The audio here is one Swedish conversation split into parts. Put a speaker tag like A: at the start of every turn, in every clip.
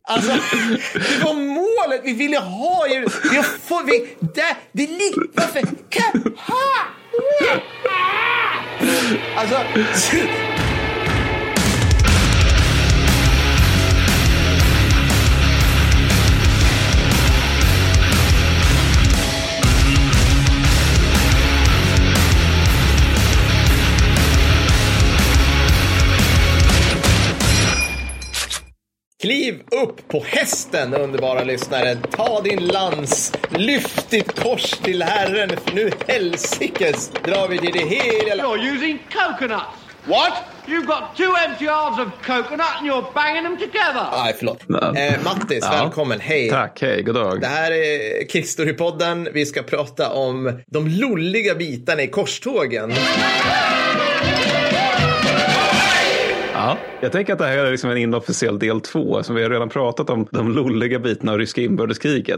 A: Alltså, det var målet. Vi ville ha er. Det ligger... Varför? Alltså... Kliv upp på hästen, underbara lyssnare. Ta din lans, lyft ditt kors till Herren, för nu helsikes drar vi till det hela...
B: You're using coconuts.
A: What?
B: You've got 2 empty halves of coconut and you're banging them together.
A: Nej, förlåt. Mattis, välkommen. Hej.
C: Tack, hej, god dag.
A: Det här är Krigsstorypodden. Vi ska prata om de lulliga bitarna i korstågen.
C: Ja, jag tänker att det här är liksom en inofficiell del 2, som vi har redan pratat om de lulliga bitarna av ryska inbördeskriget.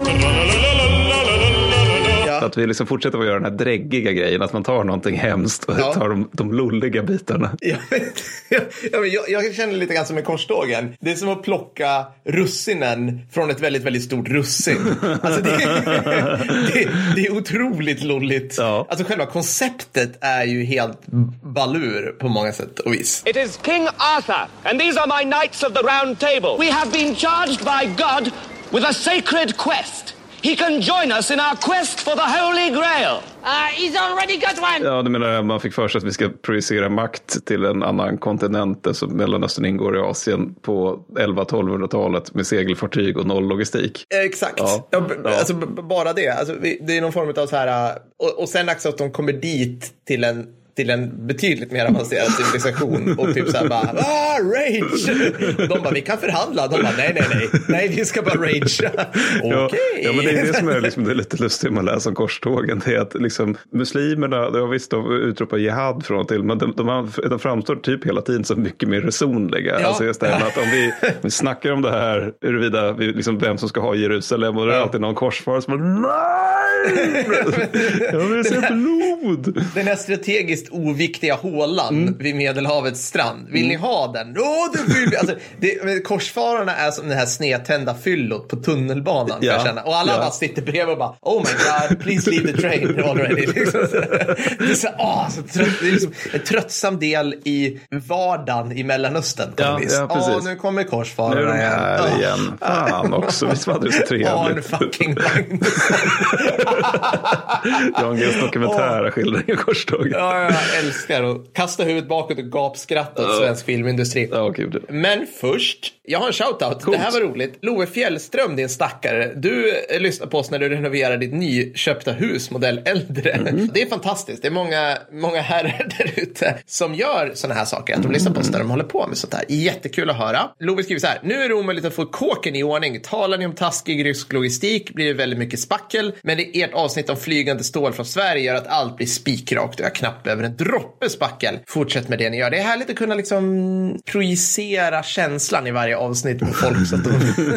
C: Ja. Att vi liksom fortsätter att göra den här dräggiga grejen, att man tar någonting hemskt och tar de lulliga bitarna.
A: Jag känner lite grann som en korstågen. Det är som att plocka russinen från ett väldigt, väldigt stort russin. Alltså det är otroligt lulligt. Ja. Alltså själva konceptet är ju helt balur på många sätt och vis.
D: It is King Arthur, and these are my knights of the round table. We have been charged by God with a sacred quest. He can join us in our quest for the Holy Grail.
E: He's already got one.
C: Ja, du menar att man fick för sig att vi ska projicera makt till en annan kontinent, som Mellanöstern ingår i Asien på 1100-1200-talet med segelfartyg och noll logistik.
A: Exakt. Ja. Alltså bara det. Alltså, det är någon form av så här... Och sen också att de kommer dit till en betydligt mer avancerad civilisation och typ såhär bara, rage! De bara, vi kan förhandla. De bara, nej, vi ska bara rage. Okej.
C: Ja, men det är det som är liksom, det är lite lustigt med att läsa om korstågen. Det är att liksom, muslimerna, jag visst, de utropar jihad från och till, men de framstår typ hela tiden som mycket mer resonliga. Ja. Alltså just det här att om vi snackar om det här, huruvida vi, liksom, vem som ska ha Jerusalem, och det är alltid någon korsfarare som bara, nej! Jag vill se blod!
A: Den här strategiskt oviktiga hålan vid Medelhavets strand. Vill ni ha den? Det vill vi. Alltså, korsfararna är som den här snedtända fyllot på tunnelbanan. Ja. Känna. Och alla bara sitter bredvid och bara, oh my god, please leave the train already. Liksom. Det är så det är liksom en tröttsam del i vardagen i Mellanöstern.
C: Ja, precis.
A: Nu kommer korsfararna
C: igen. Fan också, visst var det så trevligt.
A: Fucking Magnusson.
C: Jan Guillous dokumentära skildring av korståg.
A: Ja, jag älskar att kasta huvudet bakåt och gapskratta åt svensk filmindustri. Men först, jag har en shoutout. Coolt. Det här var roligt. Love Fjällström, din stackare. Du lyssnar på oss när du renoverar ditt nyköpta hus, modell äldre. Det är fantastiskt. Det är många herrar där ute som gör såna här saker. Att de lyssnar på oss när de håller på med sånt här. Jättekul att höra. Love skriver så här: nu är det omöjligt att få kåken i ordning. Talar ni om taskig rysk logistik blir det väldigt mycket spackel. Men det ert avsnitt om flygande stål från Sverige gör att allt blir spikrakt och jag knappt över en droppe spackel. Fortsätt med det ni gör. Det är härligt att kunna liksom projicera känslan i varje avsnitt på folk så att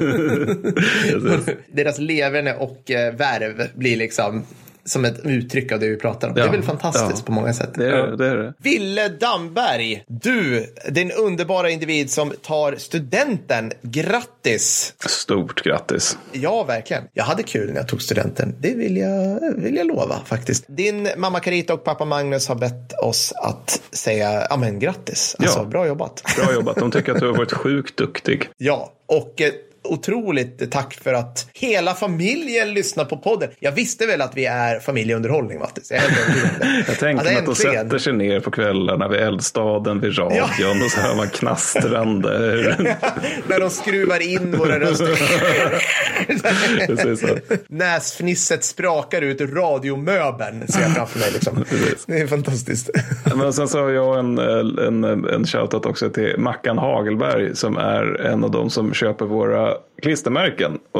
A: deras leverne och värv blir liksom som ett uttryck av det vi pratar om. Ja, det är väl fantastiskt på många sätt.
C: Det är det.
A: Ville Damberg, du, din underbara individ som tar studenten. Grattis!
C: Stort grattis.
A: Ja, verkligen. Jag hade kul när jag tog studenten. Det vill jag lova faktiskt. Din mamma Carita och pappa Magnus har bett oss att säga amen, grattis. Alltså, bra jobbat.
C: Bra jobbat. De tycker att du har varit sjukt duktig.
A: Ja, och otroligt tack för att hela familjen lyssnar på podden. Jag visste väl att vi är familjeunderhållning, Mattis.
C: Jag tänkte att de sätter sig ner på kvällarna vid eldstaden, vid radion och så hör man knastrande.
A: När de skruvar in våra röster.
C: Precis så.
A: Näsfnisset sprakar ut ur radiomöbeln, ser jag framför mig. Liksom. Det är fantastiskt.
C: Men sen så har jag en shoutout också till Mackan Hagelberg som är en av de som köper våra klistermärken, och den har han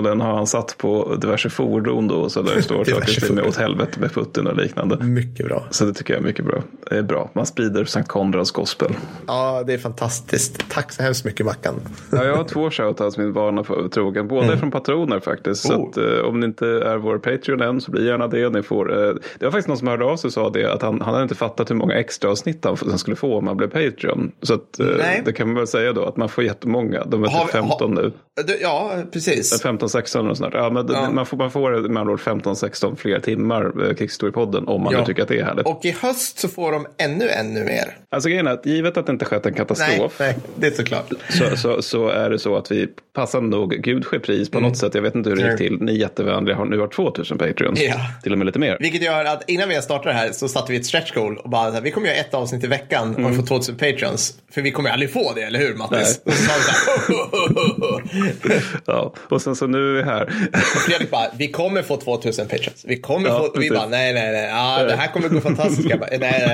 C: satt på diverse fordon då, så där det står saker med åt helvete med Putin och liknande.
A: Mycket bra.
C: Så det tycker jag är mycket bra. Det är bra. Man sprider Sankt Konrads gospel.
A: Ja, det är fantastiskt. Tack så hemskt mycket, Mackan.
C: Ja, jag har 2 shoutouts min vana för trogen. Båda är från patroner faktiskt. Så att, om ni inte är vår Patreon än så blir gärna det. Ni får, det var faktiskt någon som hörde av sig och sa det, att han hade inte fattat hur många extra avsnitt han skulle få om man blev Patreon. Så att, det kan man väl säga då, att man får jättemånga. De är typ 15 nu.
A: Ja, precis.
C: 15-16 och sånt där. Ja, men man får med andra ord 15-16 fler timmar Krigshistoriepodden om man nu tycker att det är härligt.
A: Och i höst så får de ännu mer.
C: Alltså grejen är att givet att det inte skett en katastrof.
A: Nej, det är såklart.
C: Så är det så att vi passar nog Gud sker pris på något sätt. Jag vet inte hur det gick till. Ni är jättevänliga, har nu har 2000 Patreons. Ja. Till och med lite mer.
A: Vilket gör att innan vi startade det här så satte vi ett stretch goal och bara vi kommer göra 1 avsnitt i veckan och få 2000 Patreons. För vi kommer aldrig få det, eller hur, Mattis? Och så sa vi så här.
C: Ja, och sen så nu är vi här.
A: Och Fredrik bara, vi kommer få 2000 Patreons. Vi kommer få, vi bara, nej. Ja, det här kommer gå fantastiskt. Jag bara,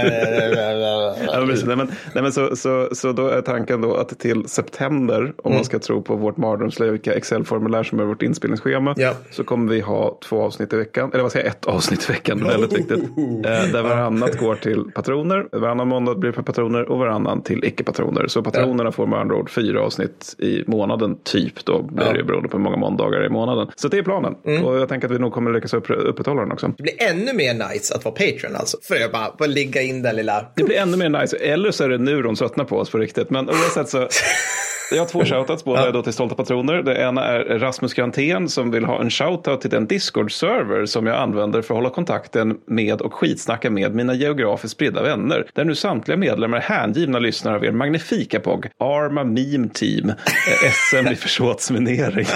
A: nej. Så då är tanken då att till september, om man ska tro på vårt mardrömslika Excel-formulär som är vårt inspelningsschema, så kommer vi ha 2 avsnitt i veckan. Eller vad säger jag, 1 avsnitt i veckan, väldigt viktigt. Där varannat går till patroner, varannan månad blir för patroner och varannan till icke-patroner. Så patronerna får med andra ord 4 avsnitt i månaden typ, då blir det beroende på hur många måndagar i månaden. Så det är planen. Och jag tänker att vi nog kommer lyckas upprätthålla den också. Det blir ännu mer nice att vara Patreon alltså. För jag bara ligga in där lilla.
C: Det blir ännu mer nice. Eller så är det nu de tröttnar på oss på riktigt. Men oavsett så... Jag har 2 shoutouts, båda är då till stolta patroner. Det ena är Rasmus Grantén som vill ha en shoutout till den Discord-server som jag använder för att hålla kontakten med och skitsnacka med mina geografiskt spridda vänner. Där nu samtliga medlemmar är hängivna lyssnare av er magnifika pogg Arma Meme Team, SM i försåtsminering.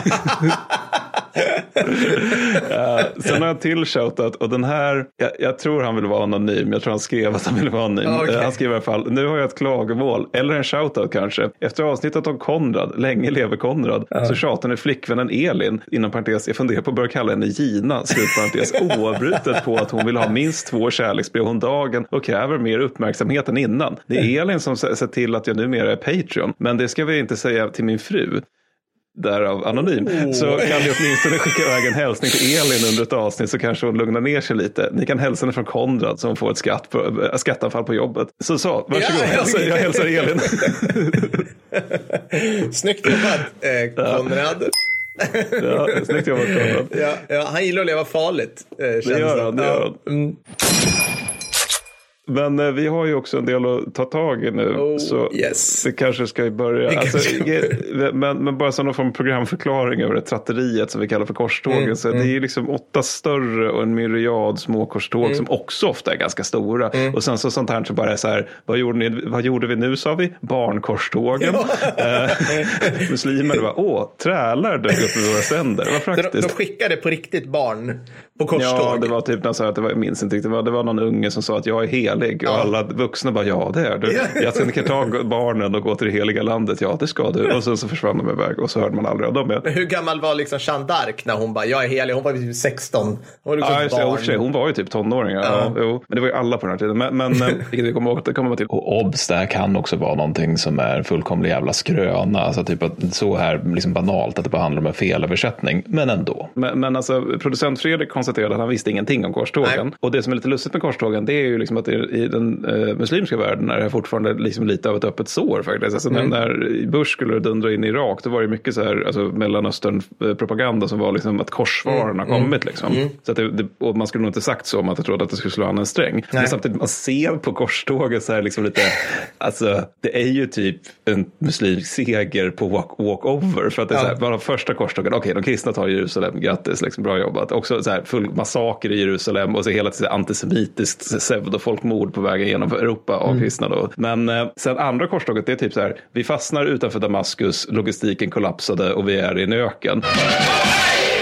C: Sen har jag till shoutout och den här, jag tror han vill vara anonym. Jag tror han skrev att han ville vara anonym. Han skrev i alla fall, nu har jag ett klagomål eller en shoutout kanske. Efter avsnittet om Konrad, länge lever Konrad, så tjatar nu flickvännen Elin, inom parentes, jag funderar på att börja kalla henne Gina, slutparentes, oavbrutet på att hon vill ha minst 2 kärleksbrev om dagen och kräver mer uppmärksamhet än innan. Det är Elin som ser till att jag numera är Patreon, men det ska vi inte säga till min fru. Därav anonym. Så kan ni åtminstone skicka iväg en hälsning till Elin under ett avsnitt, så kanske hon lugnar ner sig lite. Ni kan hälsa henne från Konrad som får ett skattanfall på jobbet. Så varsågod. Jag hälsar Elin.
A: Snyggt jobbat, Konrad.
C: Ja, snyggt jobbat, Konrad.
A: Ja, han gillar att leva farligt.
C: Det gör han. Men vi har ju också en del att ta tag i nu. Så det kanske ska börja. Men bara som någon form av programförklaring över det tratteriet som vi kallar för korstågen. Så det är ju liksom 8 större och en myriad små korståg som också ofta är ganska stora. Och sen så sånt här som bara är så här, vad gjorde vi nu, sa vi? Barnkorstågen. Muslimer var, trälar dök upp med våra sänder. Det var praktiskt.
A: De skickade på riktigt barn på korståg.
C: Ja, det var typ att jag minns inte riktigt. Det var någon unge som sa att jag är helig. Och alla vuxna bara, det är du. Jag kan ta barnen och gå till det heliga landet. Ja, det ska du. Och så försvann de iväg och så hörde man aldrig av dem igen.
A: Men hur gammal var liksom Jeanne d'Arc när hon bara, jag är helig? Hon var typ 16. Hon
C: var ju typ tonåring. Men det var ju alla på den här tiden. Men vilket vi kommer återkomma till. Och obs, där kan också vara någonting som är fullkomlig jävla skröna. Alltså typ att så här liksom banalt att det bara handlar om en felöversättning. Men ändå. Men alltså, producent Fredrik konstaterade att han visste ingenting om korstågen. Nej. Och det som är lite lustigt med korstågen, det är ju liksom att i den muslimska världen är det fortfarande liksom lite av ett öppet sår faktiskt. Alltså när Bush skulle dundra in i Irak, då var det mycket så här, alltså Mellanöstern-propaganda som var liksom att korsvarorna kommit liksom. Så att och man skulle nog inte sagt så om att jag trodde att det skulle slå an en sträng. Nej. Men samtidigt man ser på korståget så här liksom lite, alltså det är ju typ en muslimsk seger på walk-over, för att det är så här, bara första korstågen, okej, de kristna tar Jerusalem, grattis, liksom, bra jobbat. Också så här full massaker i Jerusalem och så hela tiden antisemitiskt pseudofolkmord på vägen genom Europa av kristna då. Men sen andra korståget, det är typ så här, vi fastnar utanför Damaskus, logistiken kollapsade och vi är i en öken.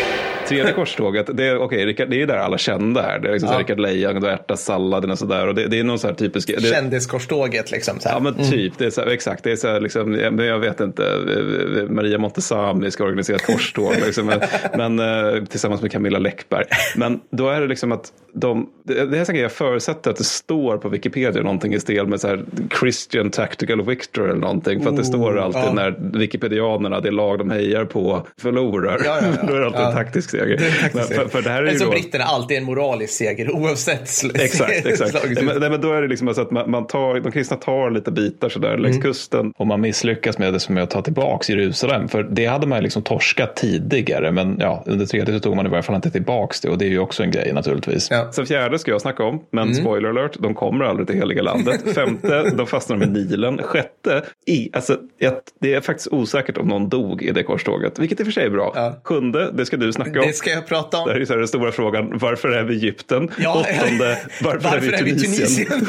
C: Tredje korståget, det är ju där alla kända här. Det är liksom Rickard Leijang och ärtasalladen och sådär. Och det är någon så här typisk...
A: Kändiskorståget liksom. Så här.
C: Ja, men typ. Det är så här, exakt. Det är så här liksom, jag vet inte, Maria Montesami ska organisera ett korståg liksom, men tillsammans med Camilla Läckberg. Men då är det liksom att det här säkert jag förutsätter att det står på Wikipedia någonting i stil med så här Christian Tactical Victor eller någonting. För att det står alltid när Wikipedianerna, det lag de hejar på, förlorar. Ja. Då är det alltid en taktisk seger. För det här är ju
A: som britterna alltid en moralisk seger oavsett
C: Exakt. Men då är det liksom så att de kristna tar lite bitar så där längs kusten och man misslyckas med det som är att ta tillbaks Jerusalem. För det hade man liksom torskat tidigare, men under tredje så tog man i varje fall inte tillbaks det, och det är ju också en grej naturligtvis. Ja. Sen fjärde ska jag snacka om, men spoiler alert, de kommer aldrig till heliga landet. Femte, de fastnar med Nilen. Sjätte, det är faktiskt osäkert om någon dog i det korståget, vilket i och för sig är bra. Ja. Sjunde, det ska du snacka om.
A: Det ska jag prata om.
C: Det är ju så här den stora frågan, varför är vi i Egypten? Ja. Åttonde, varför är vi i Tunisien?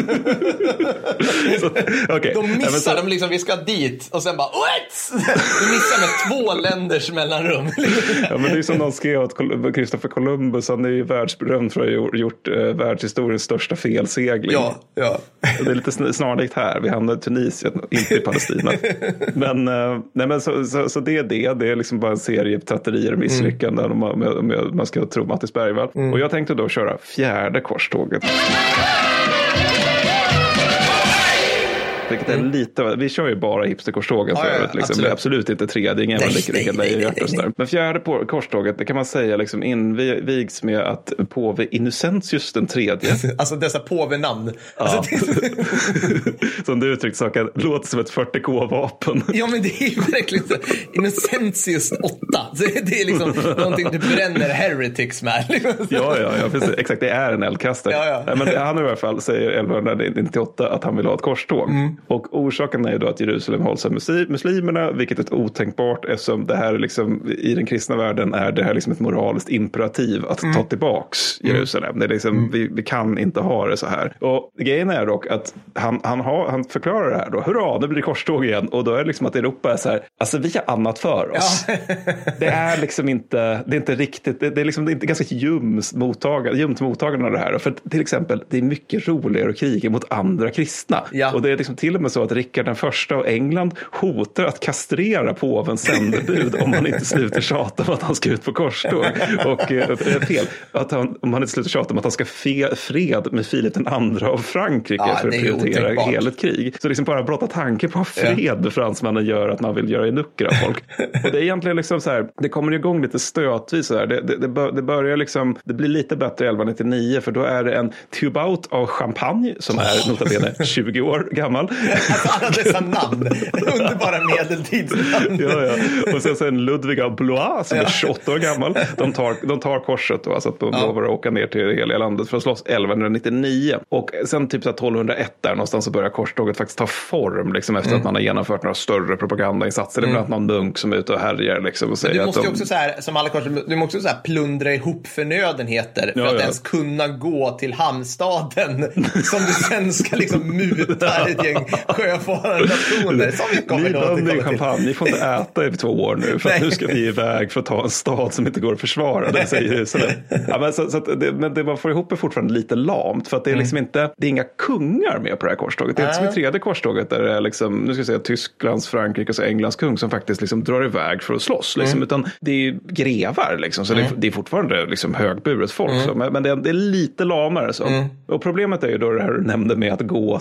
C: Okay.
A: De missar dem liksom, vi ska dit och sen bara vi missar med 2 länders mellanrum.
C: Ja, men det är som någon skrev att Christopher Columbus, han är ju världsberömd för att ha gjort världshistoriens största felsegling. Ja. Det är lite snarlikt här, vi hamnar i Tunisien, inte i Palestina. Men så det är liksom bara en serie tatterier och misslyckanden om man ska tro Mattis Bergvall. Och jag tänkte då köra fjärde korståget. Vilket är lite, vi kör ju bara hipsterkorstågen förut. Liksom. Det är absolut inte tredje, ingen nej. Men fjärde korståget, det kan man säga liksom invigs med att påve Innocentius den tredje.
A: Alltså dessa påvenamn.
C: Ja. Som du uttryckt saken, låter som ett 40K-vapen.
A: Ja, men det är ju verkligen så. Innocentius 8. Det är liksom någonting du bränner heretics med.
C: Ja, precis. Exakt, det är en eldkastare. Ja. Men han i alla fall säger 1198 att han vill ha ett korståg. Och orsaken är ju då att Jerusalem hålls av muslimerna, vilket är ett otänkbart, eftersom det här liksom, i den kristna världen är det här liksom ett moraliskt imperativ att ta tillbaks Jerusalem. Det är liksom, vi kan inte ha det så här. Och grejen är dock att han förklarar det här då, hurra, nu blir det korståg igen. Och då är det liksom att Europa är så här, alltså vi har annat för oss. Ja. Det är liksom inte, det är inte riktigt, det är liksom det är inte ganska ljumt mottagande av det här. För till exempel, det är mycket roligare att kriga mot andra kristna. Ja. Och det är liksom till och med så att Rickard den första av England hotar att kastrera påvens sändebud om han inte slutar tjata om att han ska ut på korståg. Och fel, om han inte slutar tjata om att han ska fred med Filip den andra av Frankrike för att prioritera hela ett krig. Så liksom bara blotta tanken på fred med fransmännen gör att man vill göra enucker av folk. Och det är egentligen liksom så här, det kommer igång lite stötvis så här. Det börjar liksom, det blir lite bättre 1199, för då är det en tubaut av champagne som är notabene 20 år gammal.
A: Alltså alla dessa namn, underbara medeltidsnamn.
C: Ja. Och sen Ludvig av Blois som är 28 år gammal. De tar korset då, alltså att de lovar att åka ner till hela landet för att slåss 1199. Och sen typ så 1201 där någonstans så börjar korståget faktiskt ta form liksom, efter att man har genomfört några större propagandainsatser. Det är bland annat någon munk som är ute och härjar liksom, och säger
A: du måste ju också så här, som alla korset, du måste också så här plundra ihop förnödenheter för att ens kunna gå till hamnstaden som du sen ska liksom muta ett gäng sjöfarande nationer som vi kommer
C: då till. Champagne, ni får inte äta i 2 år nu för att nu ska vi iväg för att ta en stad som inte går att försvara. Det säger Jerusalem. Ja, men det man får ihop är fortfarande lite lamt, för att det är liksom inte, det är inga kungar med på det här korståget. Det är inte som i tredje korståget där det är liksom, nu ska jag säga Tysklands, Frankrikes och Englands kung som faktiskt liksom drar iväg för att slåss liksom, utan det är ju grevar liksom, så det är fortfarande liksom högburet folk så, men det är lite lamare så. Och problemet är ju då det här du nämnde med att gå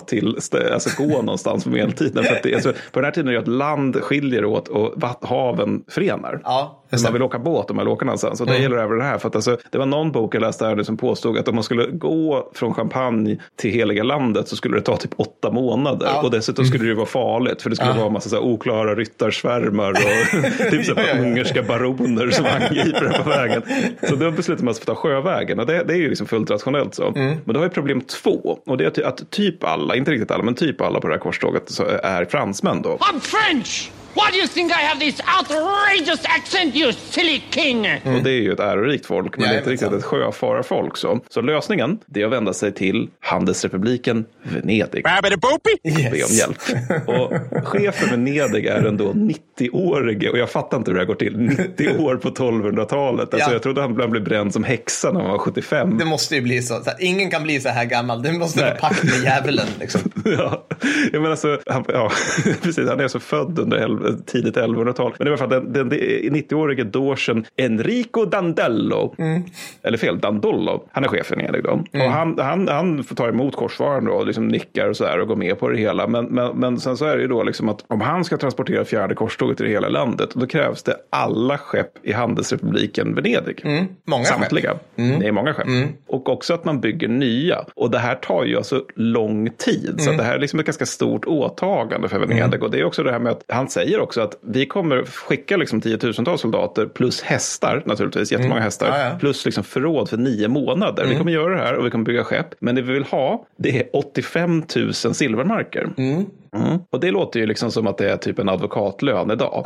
C: någonstans på medeltiden, för att det, alltså, på den här tiden är det att land skiljer åt och haven förenar. Ja, man vill åka båt och man vill åka någonstans, och det gäller över det här, för att alltså, det var någon bok jag läste här som påstod att om man skulle gå från Champagne till heliga landet så skulle det ta typ 8 månader, och dessutom skulle det ju vara farligt, för det skulle vara en massa så här oklara ryttarsvärmar och typ så här ungerska baroner som angriper det på vägen. Så då beslutar man sig för att ta sjövägen, och det är ju liksom fullt rationellt så. Men då har vi problem 2, och det är att typ alla, inte riktigt alla, men typ alla på det här korståget så är fransmän då.
B: I'm French!
E: Why do you think I have this outrageous accent, you silly king?
C: Och det är ju ett ärorikt folk, men det är inte riktigt ett sjöfararfolk. Så lösningen, det är att vända sig till Handelsrepubliken Venedig.
A: Yes.
C: Be om hjälp. Och chef för Venedig är ändå 90-årig, och jag fattar inte hur det här går till. 90 år på 1200-talet. Alltså jag trodde han blev bränd som häxa när han var 75.
A: Det måste ju bli så. Ingen kan bli så här gammal. Det måste vara pakt med djävulen. Liksom.
C: Ja, jag menar så, precis, han är så född under tidigt 1100-tal. Men i alla fall den 90-årige dorsen Enrico Dandello, eller fel, Dandolo, han är chefen i då. Och han får ta emot korsfararen och liksom nickar och så här och går med på det hela. Men sen så är det ju då liksom att om han ska transportera fjärde korståget i hela landet, då krävs det alla skepp i Handelsrepubliken Venedig.
A: Många
C: samtliga.
A: Skepp.
C: Det är många skepp. Och också att man bygger nya. Och det här tar ju alltså lång tid. Så att det här är liksom ett ganska stort åtagande för Venedig. Och det är också det här med att han säger också att vi kommer skicka liksom 10,000-tals soldater plus hästar, naturligtvis, jättemånga hästar, plus liksom förråd för 9 månader. Vi kommer göra det här och vi kommer bygga skepp. Men det vi vill ha, det är 85 000 silvermarker. Och det låter ju liksom som att det är typ en advokatlön idag.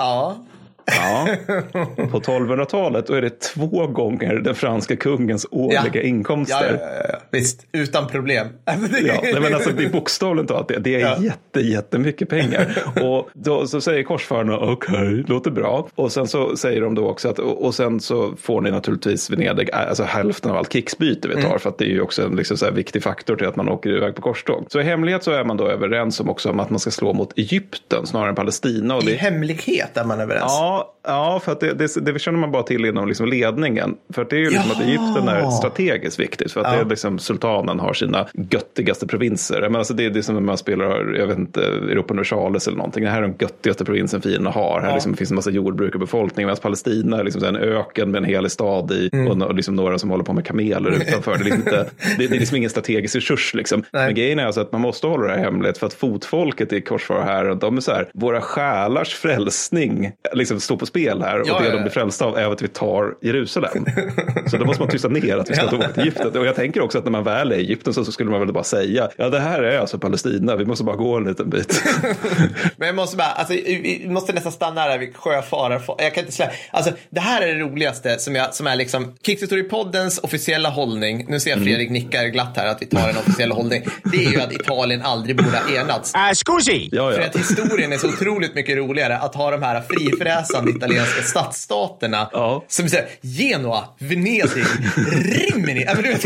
C: Ja, på 1200-talet då är det 2 gånger den franska kungens årliga inkomster.
A: Ja. Visst, utan problem.
C: Men alltså det är bokstavligt att det är jättemycket pengar. Och då så säger korsfararna, okej, låter bra. Och sen så säger de då också att, och sen så får ni naturligtvis Venedig, alltså hälften av allt krigsbyte vi tar, för att det är ju också en liksom så här viktig faktor till att man åker iväg på korståg. Så i hemlighet så är man då överens om också om att man ska slå mot Egypten snarare än Palestina. Och
A: I hemlighet är man överens?
C: Ja, för att det känner man bara till inom liksom ledningen. För att det är ju liksom att Egypten är strategiskt viktigt. För att det är liksom sultanen har sina göttigaste provinser. Men alltså det är som när man spelar, jag vet inte, Europa Universalis eller någonting. Det här är de göttigaste provinsen fiendena har. Här liksom finns en massa jordbruk och befolkning. Medan Palestina är liksom en öken med en hel stad i. Och liksom några som håller på med kameler utanför. Det är liksom ingen strategisk resurs liksom. Men grejen är alltså att man måste hålla det här hemligt. För att fotfolket i korsfararhären, de är så här, våra själars frälsning liksom står på spel här, och det de blir frälsta av är att vi tar Jerusalem. Så då måste man tysta ner att vi ska åka till Egypten. Och jag tänker också att när man väl är i Egypten så skulle man väl bara säga, det här är alltså Palestina, vi måste bara gå en liten bit.
A: Men jag måste bara, alltså vi måste nästan stanna här vid sjöfarare. Jag kan inte släppa, alltså det här är det roligaste som är liksom Krigshistoriepoddens officiella hållning. Nu ser jag Fredrik nickar glatt här att vi tar en officiell hållning. Det är ju att Italien aldrig borde ha enats.
F: Scusi!
A: För att historien är så otroligt mycket roligare att ha de här frifräsande italienska stadsstaterna som säger Genua, Venedig, Rimini,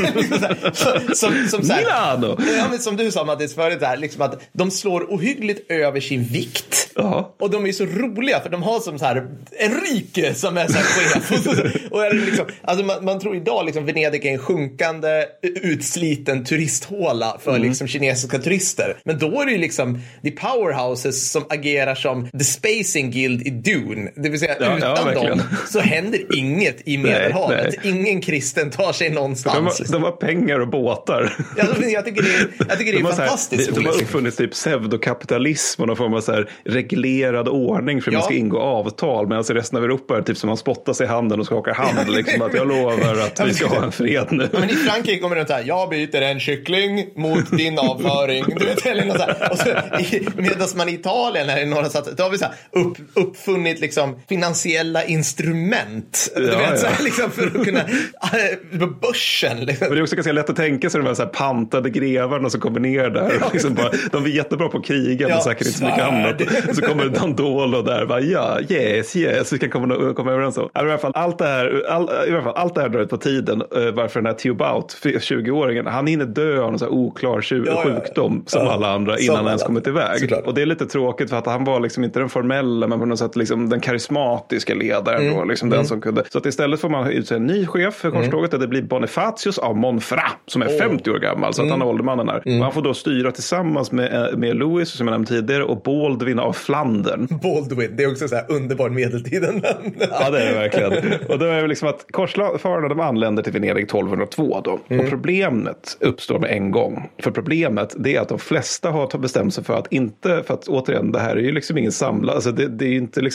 A: som
C: Milano.
A: Ja, men som du sa Mattis förut där, liksom att de slår ohyggligt över sin vikt. Och de är så roliga för de har som så här Enrique som är så här chef. Och är det liksom, alltså man tror idag liksom Venedig är en sjunkande utsliten turisthåla för liksom kinesiska turister. Men då är det ju liksom de powerhouses som agerar som The Spacing Guild i Dune. Det vill säga utan dem så händer inget i Medelhavet. Nej. Ingen kristen tar sig någonstans.
C: De har pengar och båtar.
A: Ja, jag tycker det är fantastiskt.
C: De har uppfunnit typ pseudokapitalism och någon form av så här reglerad ordning för att man ska ingå avtal. Medan i resten av Europa är det typ som man spottar sig i handen och skakar hand. Liksom, att jag lovar att vi ska ha en fred nu.
A: Men i Frankrike kommer det så här, jag byter en kyckling mot din avföring. Du vet, eller något så här. Och så, medan man i Italien är några så att, då har vi så här uppfunnit liksom finansiella instrument. Du vet, så här, liksom, för att kunna på börsen. Liksom.
C: Men det är också ganska lätt att tänka sig de här, så här pantade grevarna som kommer ner där. Liksom bara, de är jättebra på krigen och säkert inte så mycket annat. Och så kommer Dandolo där. Bara, yes. Vi kan komma överens om. I alla fall, allt det här drar ut på tiden. Varför den här Theobaut, 20-åringen, han hinner dö av en så här oklar sjukdom som alla andra innan han ens kommit iväg. Såklart. Och det är lite tråkigt för att han var liksom inte den formella, men på något sätt liksom den karismatiska ledaren då, liksom den som kunde. Så att istället får man utse en ny chef för korståget och det blir Bonifatius av Montferrat som är 50 år gammal, så att han är åldermannen här. Och han får då styra tillsammans med Louis som jag nämnde tidigare och Baldwin av Flandern.
A: Baldwin, det är också så här underbar medeltiden.
C: Ja, det är det verkligen. Och det är liksom att korsfararna de anländer till Venedig 1202 då. Och problemet uppstår med en gång. För problemet det är att de flesta har bestämt sig för att återigen, det här är ju liksom ingen samlad, alltså det är ju inte liksom så att det finns en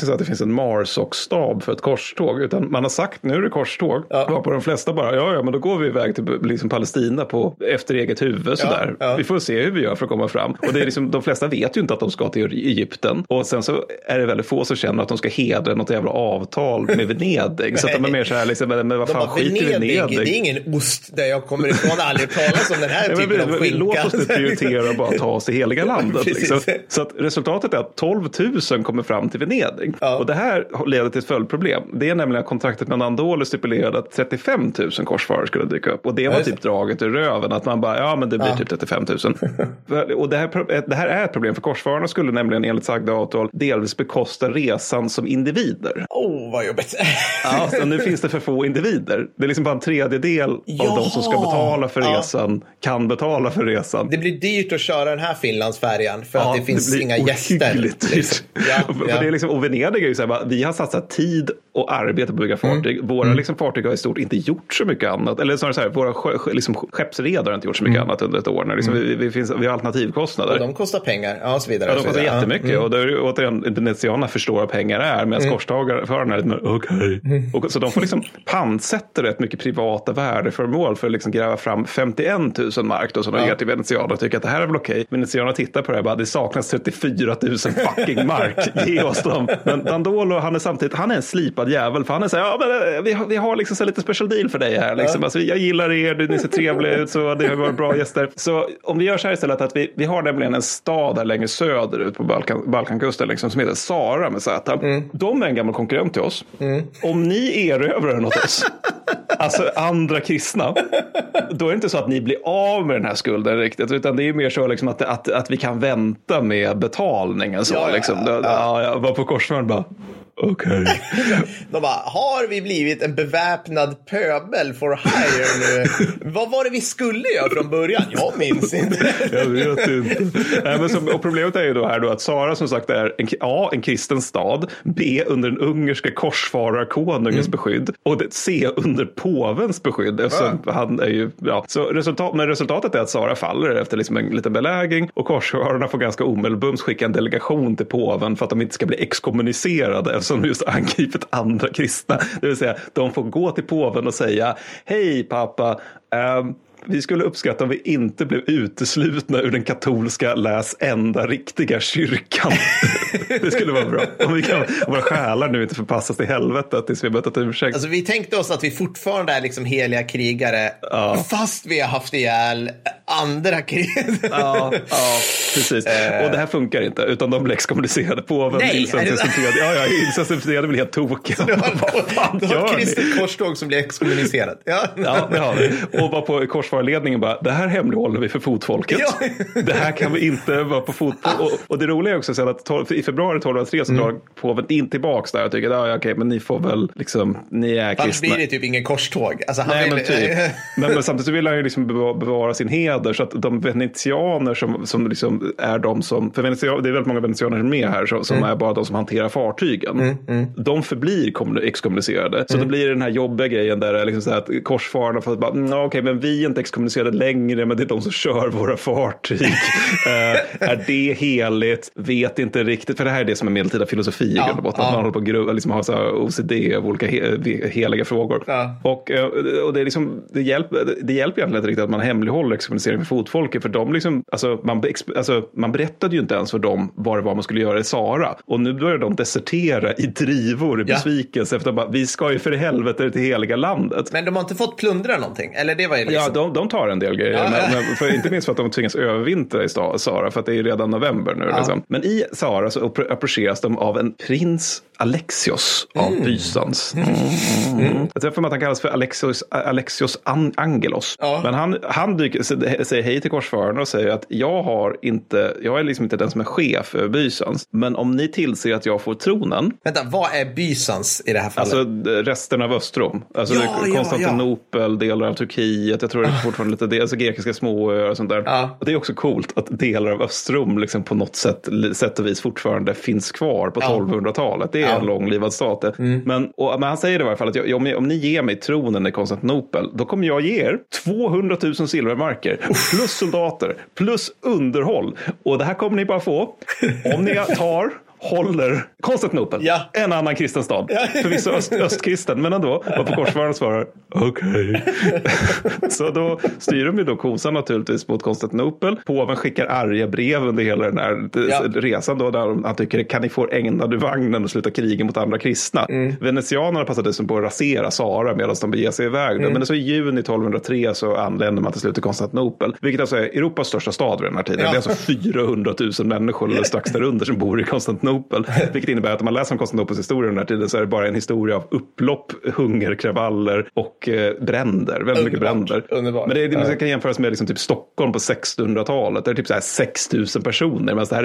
C: en Marsock-stab för ett korståg, utan man har sagt nu är det korståg. Var på de flesta bara, ja men då går vi iväg till liksom Palestina efter eget huvud sådär. Vi får se hur vi gör för att komma fram. Och det är liksom, de flesta vet ju inte att de ska till Egypten. Och sen så är det väldigt få som känner att de ska hedra något jävla avtal med Venedig. Så att de är mer så här liksom, men vad fan, skit i Venedig.
A: Det är ingen ost där jag kommer ifrån, aldrig talas om den här typen av skinka.
C: Låt oss inte prioritera och bara ta oss till heliga landet. Liksom. Så att resultatet är att 12 000 kommer fram till Venedig. Och det här leder till ett följdproblem. Det är nämligen att kontraktet med Andolo stipulerade att 35 000 korsfarare skulle dyka upp. Och det var typ draget ur röven. Att man bara, ja men det blir typ 35 000. Och det här är ett problem, för korsfararna skulle nämligen enligt sagda avtal delvis bekosta resan som individer.
A: Vad jobbigt.
C: Ja, så nu finns det för få individer. Det är liksom bara en tredjedel av de som ska betala för resan kan betala för resan.
A: Det blir dyrt att köra den här Finlandsfärjan för att det finns inga gäster.
C: Liksom. För det är liksom, och Venedig är ju så här, vi har satsat tid och arbete på att bygga fartyg. Våra liksom, fartyg har i stort inte gjort så mycket annat. Eller snarare så här, våra liksom, skeppsredare har inte gjort så mycket annat under ett år. När liksom, vi har alternativkostnader.
A: Och de kostar pengar och så vidare.
C: Ja, de kostar jättemycket. Och då är det återigen, indonesianerna förstår vad pengar är, medan korstagarna är lite okej. Och så de får liksom pantsätta rätt mycket privata värdeföremål för att liksom gräva fram 51 000 mark då, som de ger till venetianerna och tycker att det här är väl okej. Venetianerna tittar på det här bara, det saknas 34 000 fucking mark. Ge oss dem. Men Dandolo, han är en slipad jävel, för han är så här, ja men vi har liksom så lite special deal för dig här liksom. Alltså, jag gillar er, ni ser trevliga ut, så det har varit bra gäster. Så om vi gör så här istället, att vi har nämligen en stad här längre söderut på Balkankusten liksom, som heter Zara med Z. De är en gammal konkurrent till oss. Om ni erövrar något oss, alltså andra kristna, då är det inte så att ni blir av med den här skulden riktigt, utan det är mer så liksom att vi kan vänta med betalningen så liksom. Jag var på korsfärden bara okej.
A: De bara, har vi blivit en beväpnad pöbel for hire nu? Vad var det vi skulle göra från början? Jag minns inte.
C: Jag vet inte. Nej, men och problemet är ju då här då att Zara som sagt är en kristen stad, B under den ungerska korsfararkonungens beskydd, och C under påvens beskydd. Eftersom han är ju, så resultatet är att Zara faller efter liksom en liten belägring, och korsfararna får ganska omedelbums skicka en delegation till påven för att de inte ska bli exkommunicerade som just angripit andra kristna. Det vill säga, de får gå till påven och säga, hej pappa, vi skulle uppskatta om vi inte blev uteslutna ur den katolska enda riktiga kyrkan. Det skulle vara bra. Om vi kan, våra själar nu inte förpassas till helvetet tills vi har bötat ursäkt.
A: Alltså vi tänkte oss att vi fortfarande är liksom heliga krigare, fast vi har haft ihjäl andra krigare.
C: Ja, precis. Och det här funkar inte, utan de blir exkommunicerade. Påven Ilsen blir helt tokiga.
A: Det var kristet korståg som blev exkommunicerat. Ja,
C: det har vi. Och var på korsfararledningen bara, det här hemlighåller vi för fotfolket. Det här kan vi inte vara på fotfolk. Och det roliga är också sen att i februari 1203 så drar påven in tillbaks där och tycker, okej, men ni får väl liksom, ni är kristna.
A: Annars blir det typ ingen korståg. Alltså,
C: men samtidigt så vill han ju liksom bevara sin heder, så att de venetianer som liksom är de som, för det är väldigt många venetianer som är med här som är bara de som hanterar fartygen. De förblir exkommunicerade. Så det blir den här jobbiga grejen där det är liksom så här att korsfararna får bara, okej, men vi är inte exkommunicerade längre, men det är de som kör våra fartyg. Är det heligt? Vet inte riktigt, för det här är det som är medeltida filosofi att man håller på att liksom ha så här OCD av olika heliga frågor. Och det är liksom, det hjälper egentligen inte riktigt att man hemlighåller exkommunicering för fotfolket, för de liksom, man berättade ju inte ens för dem vad det var man skulle göra i Zara, och nu börjar de desertera i drivor i besvikelse efter att vi ska ju för i helvete till heliga landet.
A: Men de har inte fått plundra någonting, eller det var ju liksom...
C: Ja, de tar en del grejer, men för, inte minst för att de tvingas övervintra i Zara, för att det är ju redan november nu liksom. Men i Zara så approcheras de av en prins Alexios av Bysans. Jag tror att han kallas för Alexios Angelos. Men han säger hej till korsfararna och säger att jag är liksom inte den som är chef över Bysans, men om ni tillser att jag får tronen.
A: Vänta, vad är Bysans i det här fallet?
C: Alltså resten av Östrom. Alltså Konstantinopel, delar av Turkiet, jag tror det är fortfarande lite alltså grekiska småöar och sånt där. Och det är också coolt att delar av Östrom liksom på något sätt och vis fortfarande finns kvar på 1200-talet. Det är en långlivad stat. Men han säger det i alla fall att om ni ger mig tronen i Konstantinopel, då kommer jag ge er 200 000 silvermarker plus soldater plus underhåll. Och det här kommer ni bara få om ni tar håller Konstantinopel, en annan kristen stad. Förvisso östkristen, men ändå. Och på korsfararna svarar, okej. Så då styr de ju då kosan naturligtvis mot Konstantinopel. Påven skickar arga brev under hela den här resan då, där han tycker, kan ni få ägna vagnen och sluta kriga mot andra kristna? Venetianerna passade som på att rasera Sara medan de beger sig iväg. Men så i juni 1203 så anländer man till slut till Konstantinopel, vilket alltså är Europas största stad vid den här tiden. Det är alltså 400 000 människor eller strax därunder som bor i Konstantinopel. Vilket innebär att om man läser om Konstantinopels historia den här tiden så är det bara en historia av upplopp, hunger, kravaller och bränder. Väldigt mycket bränder.
A: Underbart.
C: Men det kan jämföras med liksom typ Stockholm på 1600-talet. Det är typ så här 6 000 personer. Medan det här är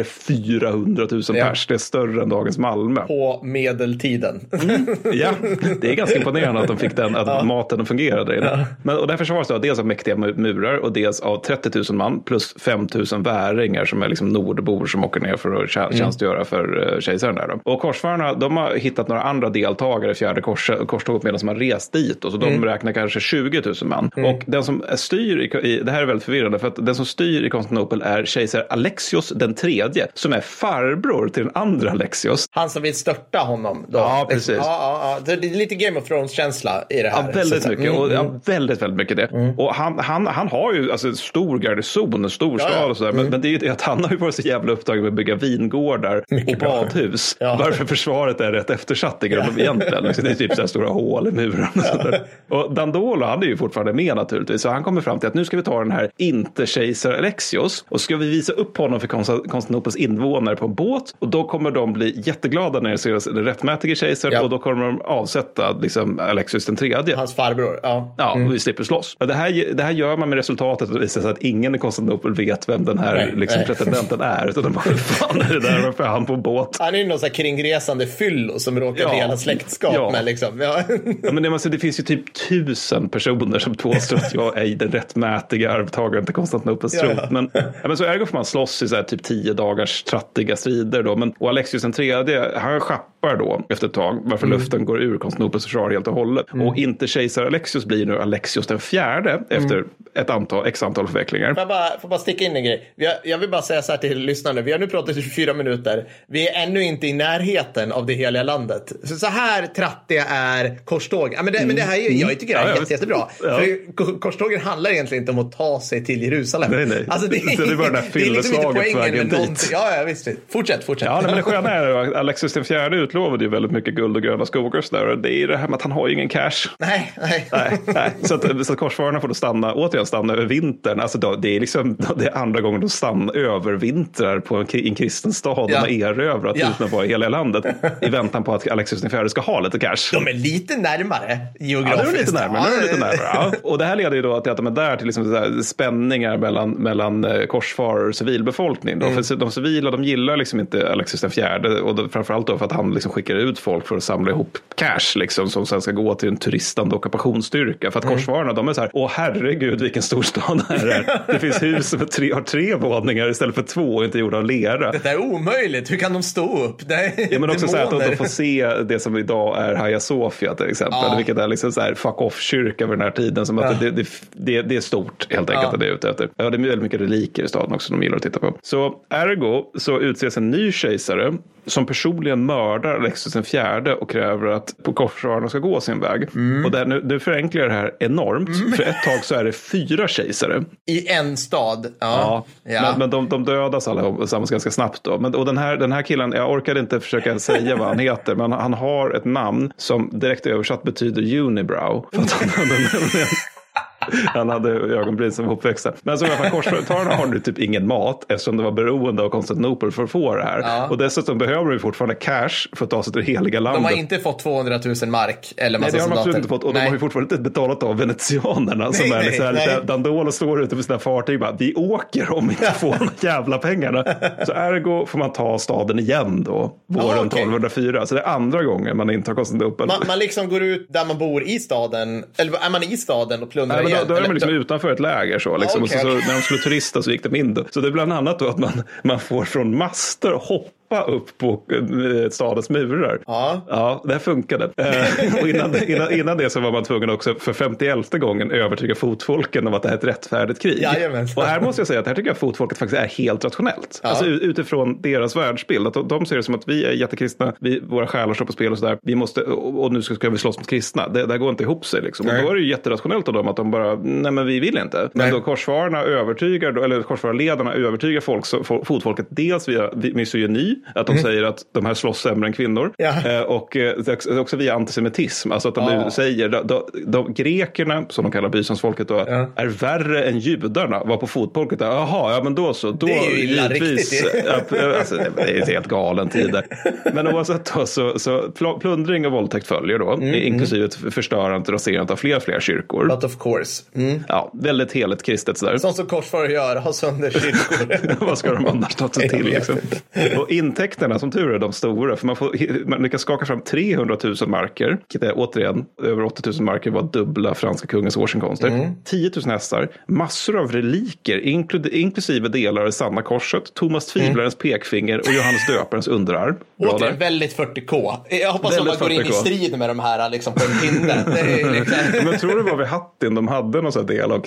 C: 400 000 pers. Det är större än dagens Malmö.
A: På medeltiden.
C: Ja, det är ganska imponerande att de fick att maten fungerade i det. Men, och därför försvaras det dels av mäktiga murar och dels av 30 000 man plus 5 000 väringar som är liksom nordbor som åker ner för att tjänstgöra för kejsaren där då. Och korsfararna, de har hittat några andra deltagare i fjärde korståget medan de har rest dit. Och så de räknar kanske 20 000 man. Och den som styr det här är väldigt förvirrande för att den som styr i Konstantinopel är kejsar Alexios den tredje, som är farbror till den andra Alexios.
A: Han som vill störta honom då.
C: Ja, precis.
A: Det är lite Game of Thrones-känsla i det här.
C: Ja, väldigt mycket. Och, väldigt, väldigt mycket det. Och han har ju alltså stor garnison, en stor stad och sådär. Men det är ju det att han har ju varit så jävla upptagen med att bygga vingårdar och badhus. Varför försvaret är rätt eftersatt i grunden egentligen. Det är typ så här stora hål i muren och sådär. Och Dandolo, han är ju fortfarande med naturligtvis. Så han kommer fram till att nu ska vi ta den här inte-kejsar Alexios och ska vi visa upp honom för Konstantinopels invånare på en båt. Och då kommer de bli jätteglada när de ser den rättmätige kejsaren och då kommer de avsätta liksom Alexios den tredje.
A: Hans farbror,
C: och vi slipper slåss. Och det här gör man med resultatet att visa sig att ingen i Konstantinopel vet vem den här liksom pretendenten är. Utan de bara, fan är det där, varför är han på båt?
A: Han är ju någon sån här kringresande fyllo som råkar dela släktskap med liksom.
C: Men det finns ju typ 1000 personer som påstår att jag är den rättmätiga arvtagaren till Konstantinopels tron. Men så ergo får man slåss i så här typ 10 dagars trattiga strider då. Och Alexios den tredje, han schappar då efter ett tag varför luften går ur Konstantinopels försvar helt och hållet. Och inte kejsar Alexios blir nu Alexios den fjärde efter x antal förvecklingar.
A: Får bara sticka in en grej. Jag vill bara säga så här till lyssnarna. Vi har nu pratat i 24 minuter. Vi är ännu inte i närheten av det heliga landet. Så här trattiga är korståg. Ja, men det här jag tycker det är jättebra. För korstågen handlar egentligen inte om att ta sig till Jerusalem.
C: Nej.
A: Alltså, det är
C: bara den här fylleslaget på vägen dit.
A: Ja, visst. Fortsätt.
C: Ja, men det sköna är att Alexios den fjärde utlovade ju väldigt mycket guld och gröna skogar och sådär. Och det är det här med att han har ju ingen cash.
A: Nej.
C: Så att korsfararna får då återigen stanna över vintern. Alltså det är liksom det är andra gången de övervintrar på en kristen stad. De har erövrat utan på hela landet i väntan på att Alexios den fjärde ska ha lite cash.
A: De är lite närmare geografiskt.
C: Ja, de är lite närmare. Och det här leder ju då till att de är där till liksom så här spänningar mellan korsfarare och civilbefolkning. Då. För de civila, de gillar liksom inte Alexios den fjärde och då, framförallt då för att han liksom skickar ut folk för att samla ihop cash liksom, som sen ska gå till en turistande ockupationsstyrka. För att korsfararna, de är så här, åh herregud vilken stor stad det här är. Det finns hus som har 3 våningar istället för 2 och inte gjorda av lera.
A: Det är omöjligt, hur kan de stå upp?
C: Men också så att de får se det som idag är Hagia Sophia till exempel, vilket är liksom så här fuck off-kyrka vid den här tiden, som att det är stort helt enkelt att det är ute efter. Ja, det är väldigt mycket reliker i staden också de gillar att titta på. Så ergo så utses en ny kejsare som personligen mördar Alexios den fjärde och kräver att på korsfararna ska gå sin väg. Och nu förenklar det här enormt. För ett tag så är det 4 kejsare.
A: I en stad.
C: Men de dödas allesammans ganska snabbt då. Och den här killen, jag orkade inte försöka säga vad han heter, men han har ett namn som direkt översatt betyder unibrow. För att han hade ögonbryn som uppväxta. Men så i alla fall korsfararna har nu typ ingen mat eftersom det var beroende av Konstantinopel för att få det här. Och dessutom behöver de fortfarande cash för att ta sig till heliga landet.
A: De har inte fått 200 000 mark eller massa.
C: Nej, det har de absolut inte fått. Och de har ju fortfarande inte betalat av venetianerna som är lite här. Dandolo står ute med sina fartyg bara, vi åker om vi inte får de jävla pengarna. Så ergo får man ta staden igen då våren 1204. Så det är andra gången man inte har Konstantinopel.
A: Man liksom går ut där man bor i staden, eller är man i staden och plundrar igen?
C: Då är man liksom utanför ett läger så liksom. Och så när de skulle turista så gick de in då. Så det är bland annat då att man får från master hoppa hoppa upp på stadens murar. Ja, det här funkade. Och innan det så var man tvungen också för 51:e gången övertyga fotfolken om att det här är ett rättfärdigt krig.
A: Jajamän.
C: Och här måste jag säga att här tycker jag fotfolket faktiskt är helt rationellt. Alltså utifrån deras världsbild. Att de ser det som att vi är jättekristna, våra själar står på spel och sådär. Vi måste, och nu ska vi slåss mot kristna. Det där går inte ihop sig liksom. Och då är det ju jätterationellt av dem att de bara, nej men vi vill inte. Men då korsfararledarna övertygar fotfolket dels via misogyni, att de säger att de här slåss sämre än kvinnor. Och också via antisemitism. Alltså att de säger, de grekerna, som de kallar biståndsfolket då, är värre än judarna. Var på fotfolket, jaha, ja men då så. Då
A: det är ju illa riktigt.
C: Alltså, det är helt galen tider. Men oavsett då, så plundring och våldtäkt följer då, inklusive förstörandet och raserandet av fler kyrkor.
A: But of course.
C: Ja, väldigt heligt kristet sådär.
A: Sånt som korsfarare gör, ha sönder kyrkor.
C: Vad ska de annars ta sig till liksom? Och intäkterna som tur är de stora, för man lyckas skaka fram 300 000 marker, vilket är återigen över 80 000 marker var dubbla franska kungens årsinkomster. 10 000 hästar, massor av reliker, inklusive delar av sanna korset, Thomas Tvivlarens pekfinger och Johannes Döparens underarm.
A: Återigen väldigt 40K. Jag hoppas att man går in i strid med de här liksom på en pinne.
C: Men tror du vad vid Hattin de hade någon sån del av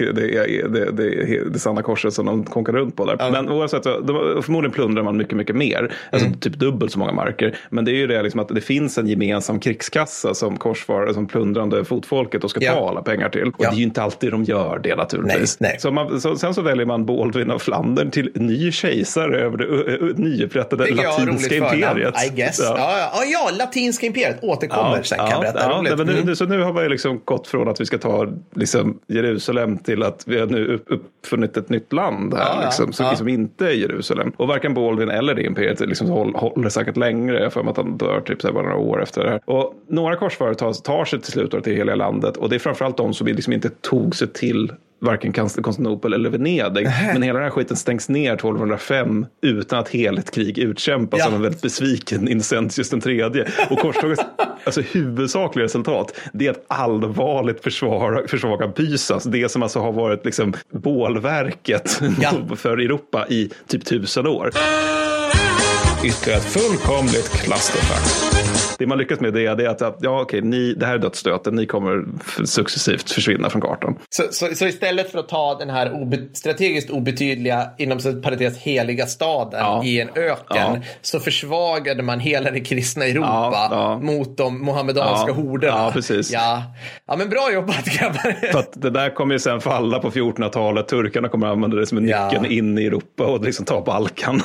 C: det sanna korset som de konkade runt på där. Men oavsett, förmodligen plundrar man mycket mer. Alltså typ dubbelt så många marker. Men det är ju det liksom att det finns en gemensam krigskassa som korsfarare, som plundrande fotfolket och ska ta alla pengar till. Och det är ju inte alltid de gör det naturligtvis. Nej. Sen så väljer man Baldwin av Flandern till ny kejsare över det nyupprättade latinska imperiet.
A: I guess. Ja, latinska imperiet återkommer sen kan jag berätta.
C: Men så nu har vi liksom gått från att vi ska ta liksom Jerusalem till att vi har nu uppfunnit ett nytt land här som inte är Jerusalem. Och varken Baldwin eller det imperiet liksom håller säkert längre. Jag får mig att han dör typ bara några år efter det här. Och några korsfarare tar sig till slut till hela landet. Och det är framförallt de som liksom inte tog sig till varken Konstantinopel eller Venedig. Men hela den här skiten stängs ner 1205 utan att hela ett krig utkämpas av en väldigt besviken Incentius den tredje. Och korstågets huvudsakliga resultat, det är ett allvarligt försvaga Pysas. Det som alltså har varit liksom bålverket för Europa i typ 1000 år. Ytterligare ett fullkomligt klasterfack. Det man lyckas med det är att det här är dödsstöten, ni kommer successivt försvinna från kartan.
A: Så istället för att ta den här strategiskt obetydliga, inom parentes heliga staden i en öken, så försvagade man hela det kristna Europa mot de mohammedanska horderna.
C: Ja, precis.
A: Ja, men bra jobbat grabbar.
C: För att det där kommer ju sen falla på 1400-talet. Turkarna kommer använda det som en nyckeln in i Europa och liksom ta Balkan.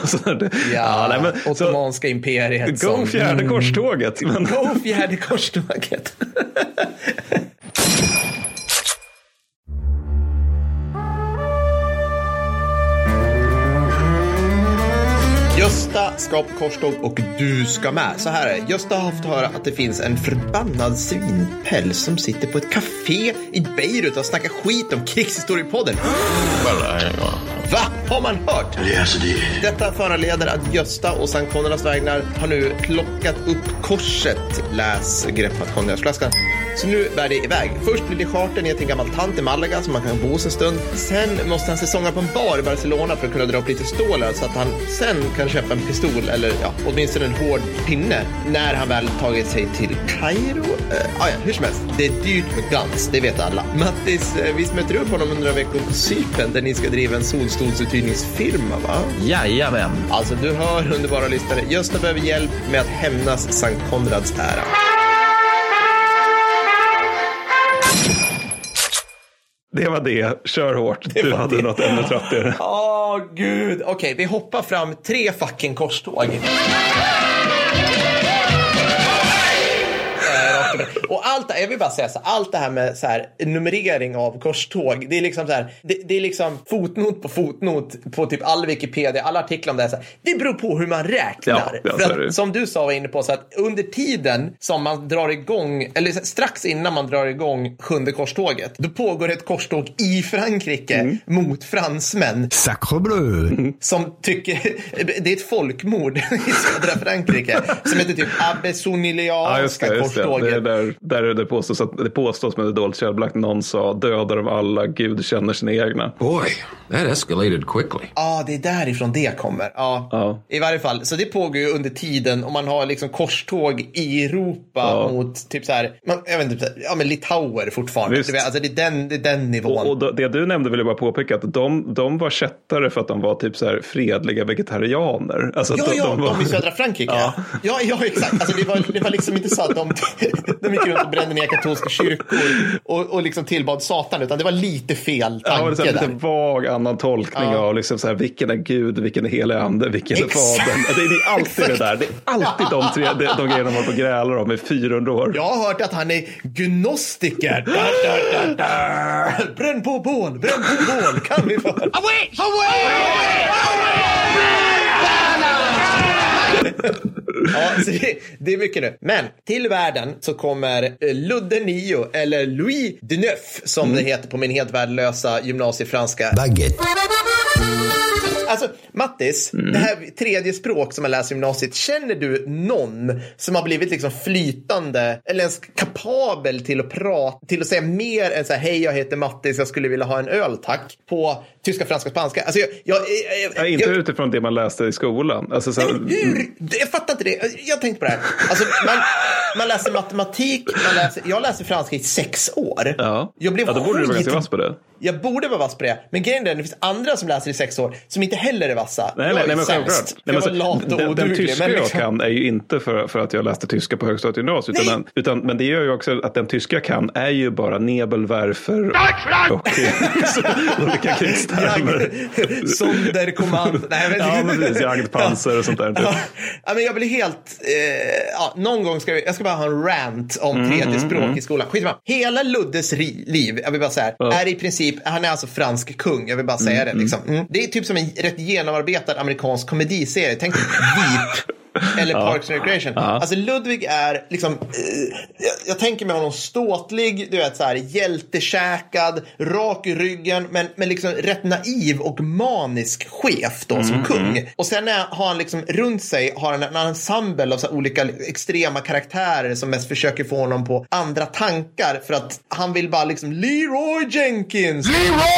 A: Ottomanska imperiet.
C: Gå fjärde korståget.
A: Gå fjärde korståget. Gösta ska på korståg och du ska med. Så här är Gösta har fått höra att det finns en förbannad svinpäls som sitter på ett café i Beirut och snackar skit om krigshistoriepodden. Va? Har man hört? Detta föranleder att Gösta och Sankt Konrads vägnar har nu plockat upp korset. Läs greppat konjaksflaskan. Så nu bär det iväg. Först blir det charter ner till en gammal tant i Malaga som man kan bo hos en stund. Sen måste han säsonga på en bar i Barcelona för att kunna dra upp lite stålar så att han sen kan köpa en pistol eller åtminstone en hård pinne när han väl tagit sig till Kairo. Hur som helst. Det är dyrt med guns, det vet alla. Mattis, vi möter upp honom under några veckor på Cypern där ni ska driva en solstolsuthyrningsfirma, va?
F: Jajamän.
A: Alltså du hör underbara lyssnare. Gösta behöver hjälp med att hämnas Sankt Konrads ära.
C: Det var det. Kör hårt. Du hade något ämne trattigare.
A: Gud. Okej, vi hoppar fram 3 fucking korståg. Och allt, jag vill bara säga så, allt det här med så här numrering av korståg, det är liksom så här, det är liksom fotnot på typ all Wikipedia, alla artiklar om det här, så här, det beror på hur man räknar. För att, som du sa var inne på, så att under tiden som man drar igång, eller strax innan man drar igång 7:e korståget, då pågår ett korståg i Frankrike mot fransmän.
F: Sacre bleu.
A: Som tycker, det är ett folkmord i södra Frankrike som heter typ Abbesonileanska korståget.
C: Där det påstås med Dolce Källblack, någon sa döda dem alla, Gud känner sina egna.
F: Boy, that escalated quickly.
A: Ja, det är därifrån det kommer. Ja. I varje fall, så det pågår ju under tiden om man har liksom korståg i Europa mot typ så här, jag vet inte, men litauer fortfarande. Alltså det är den nivån.
C: Och det du nämnde vill jag bara påpeka att de var kättare för att de var typ så här fredliga vegetarianer. Alltså
A: de i södra Frankrike. Ja, exakt. Alltså det var liksom inte så att de gick runt och brände ner katolska kyrkor och liksom tillbad Satan, utan det var lite fel tanke
C: det var
A: där.
C: lite vag annan tolkning av liksom så här, vilken är Gud, vilken är helig ande, vilken är Fadern. Det är alltid det där. Det är alltid de grejerna man får gräla om i 400 år.
A: Jag har hört att han är gnostiker. Bränn på bål, kan vi få.
E: Away!
A: Ja, så det är mycket nu. Men till världen så kommer Ludde Nio, eller Louis de Neuf, som det heter på min helt värdelösa gymnasiefranska.
F: Baguette.
A: Alltså, Mattis, det här tredje språk som man läser i gymnasiet, känner du någon som har blivit liksom flytande eller ens kapabel till att prata, till att säga mer än så här, hej, jag heter Mattis, jag skulle vilja ha en öl, tack, på tyska, franska, spanska? Alltså, jag
C: inte utifrån det man läste i skolan. Alltså, så...
A: Jag fattar inte det. Jag tänkte på det här. Alltså, man läser matematik, jag läser franska i 6 år.
C: Ja,
A: jag blev
C: då borde du vara ganska vass på det.
A: Jag borde vara vass på det. Men grejen är, det finns andra som läser i 6 år som inte heller är vassa.
C: Nej, men självklart. Den tyska jag kan är ju inte för att jag läste tyska på högstadiet och gymnasiet. Men det gör ju också att den tyska jag kan är ju bara Nebelwerfer och olika krigstermer.
A: Sonderkommand.
C: Men precis, Jagdpanzer och sånt där.
A: Ja, men jag blir helt... någon gång jag ska bara ha en rant om tredje språk i skolan. Skitsamma. Hela Luddes liv, jag vill bara säga, är i princip, han är alltså fransk kung, jag vill bara säga det liksom. Det är typ som en rätt genomarbetad amerikansk komediserie. Tänk Veep eller Parks and Recreation. Alltså Ludvig är liksom jag tänker mig honom ståtlig, du vet så här, hjältekäkad, rak i ryggen, men liksom rätt naiv och manisk chef då som kung. Och sen har han liksom runt sig har han en ensemble av så här olika extrema karaktärer som mest försöker få honom på andra tankar, för att han vill bara liksom Leroy Jenkins.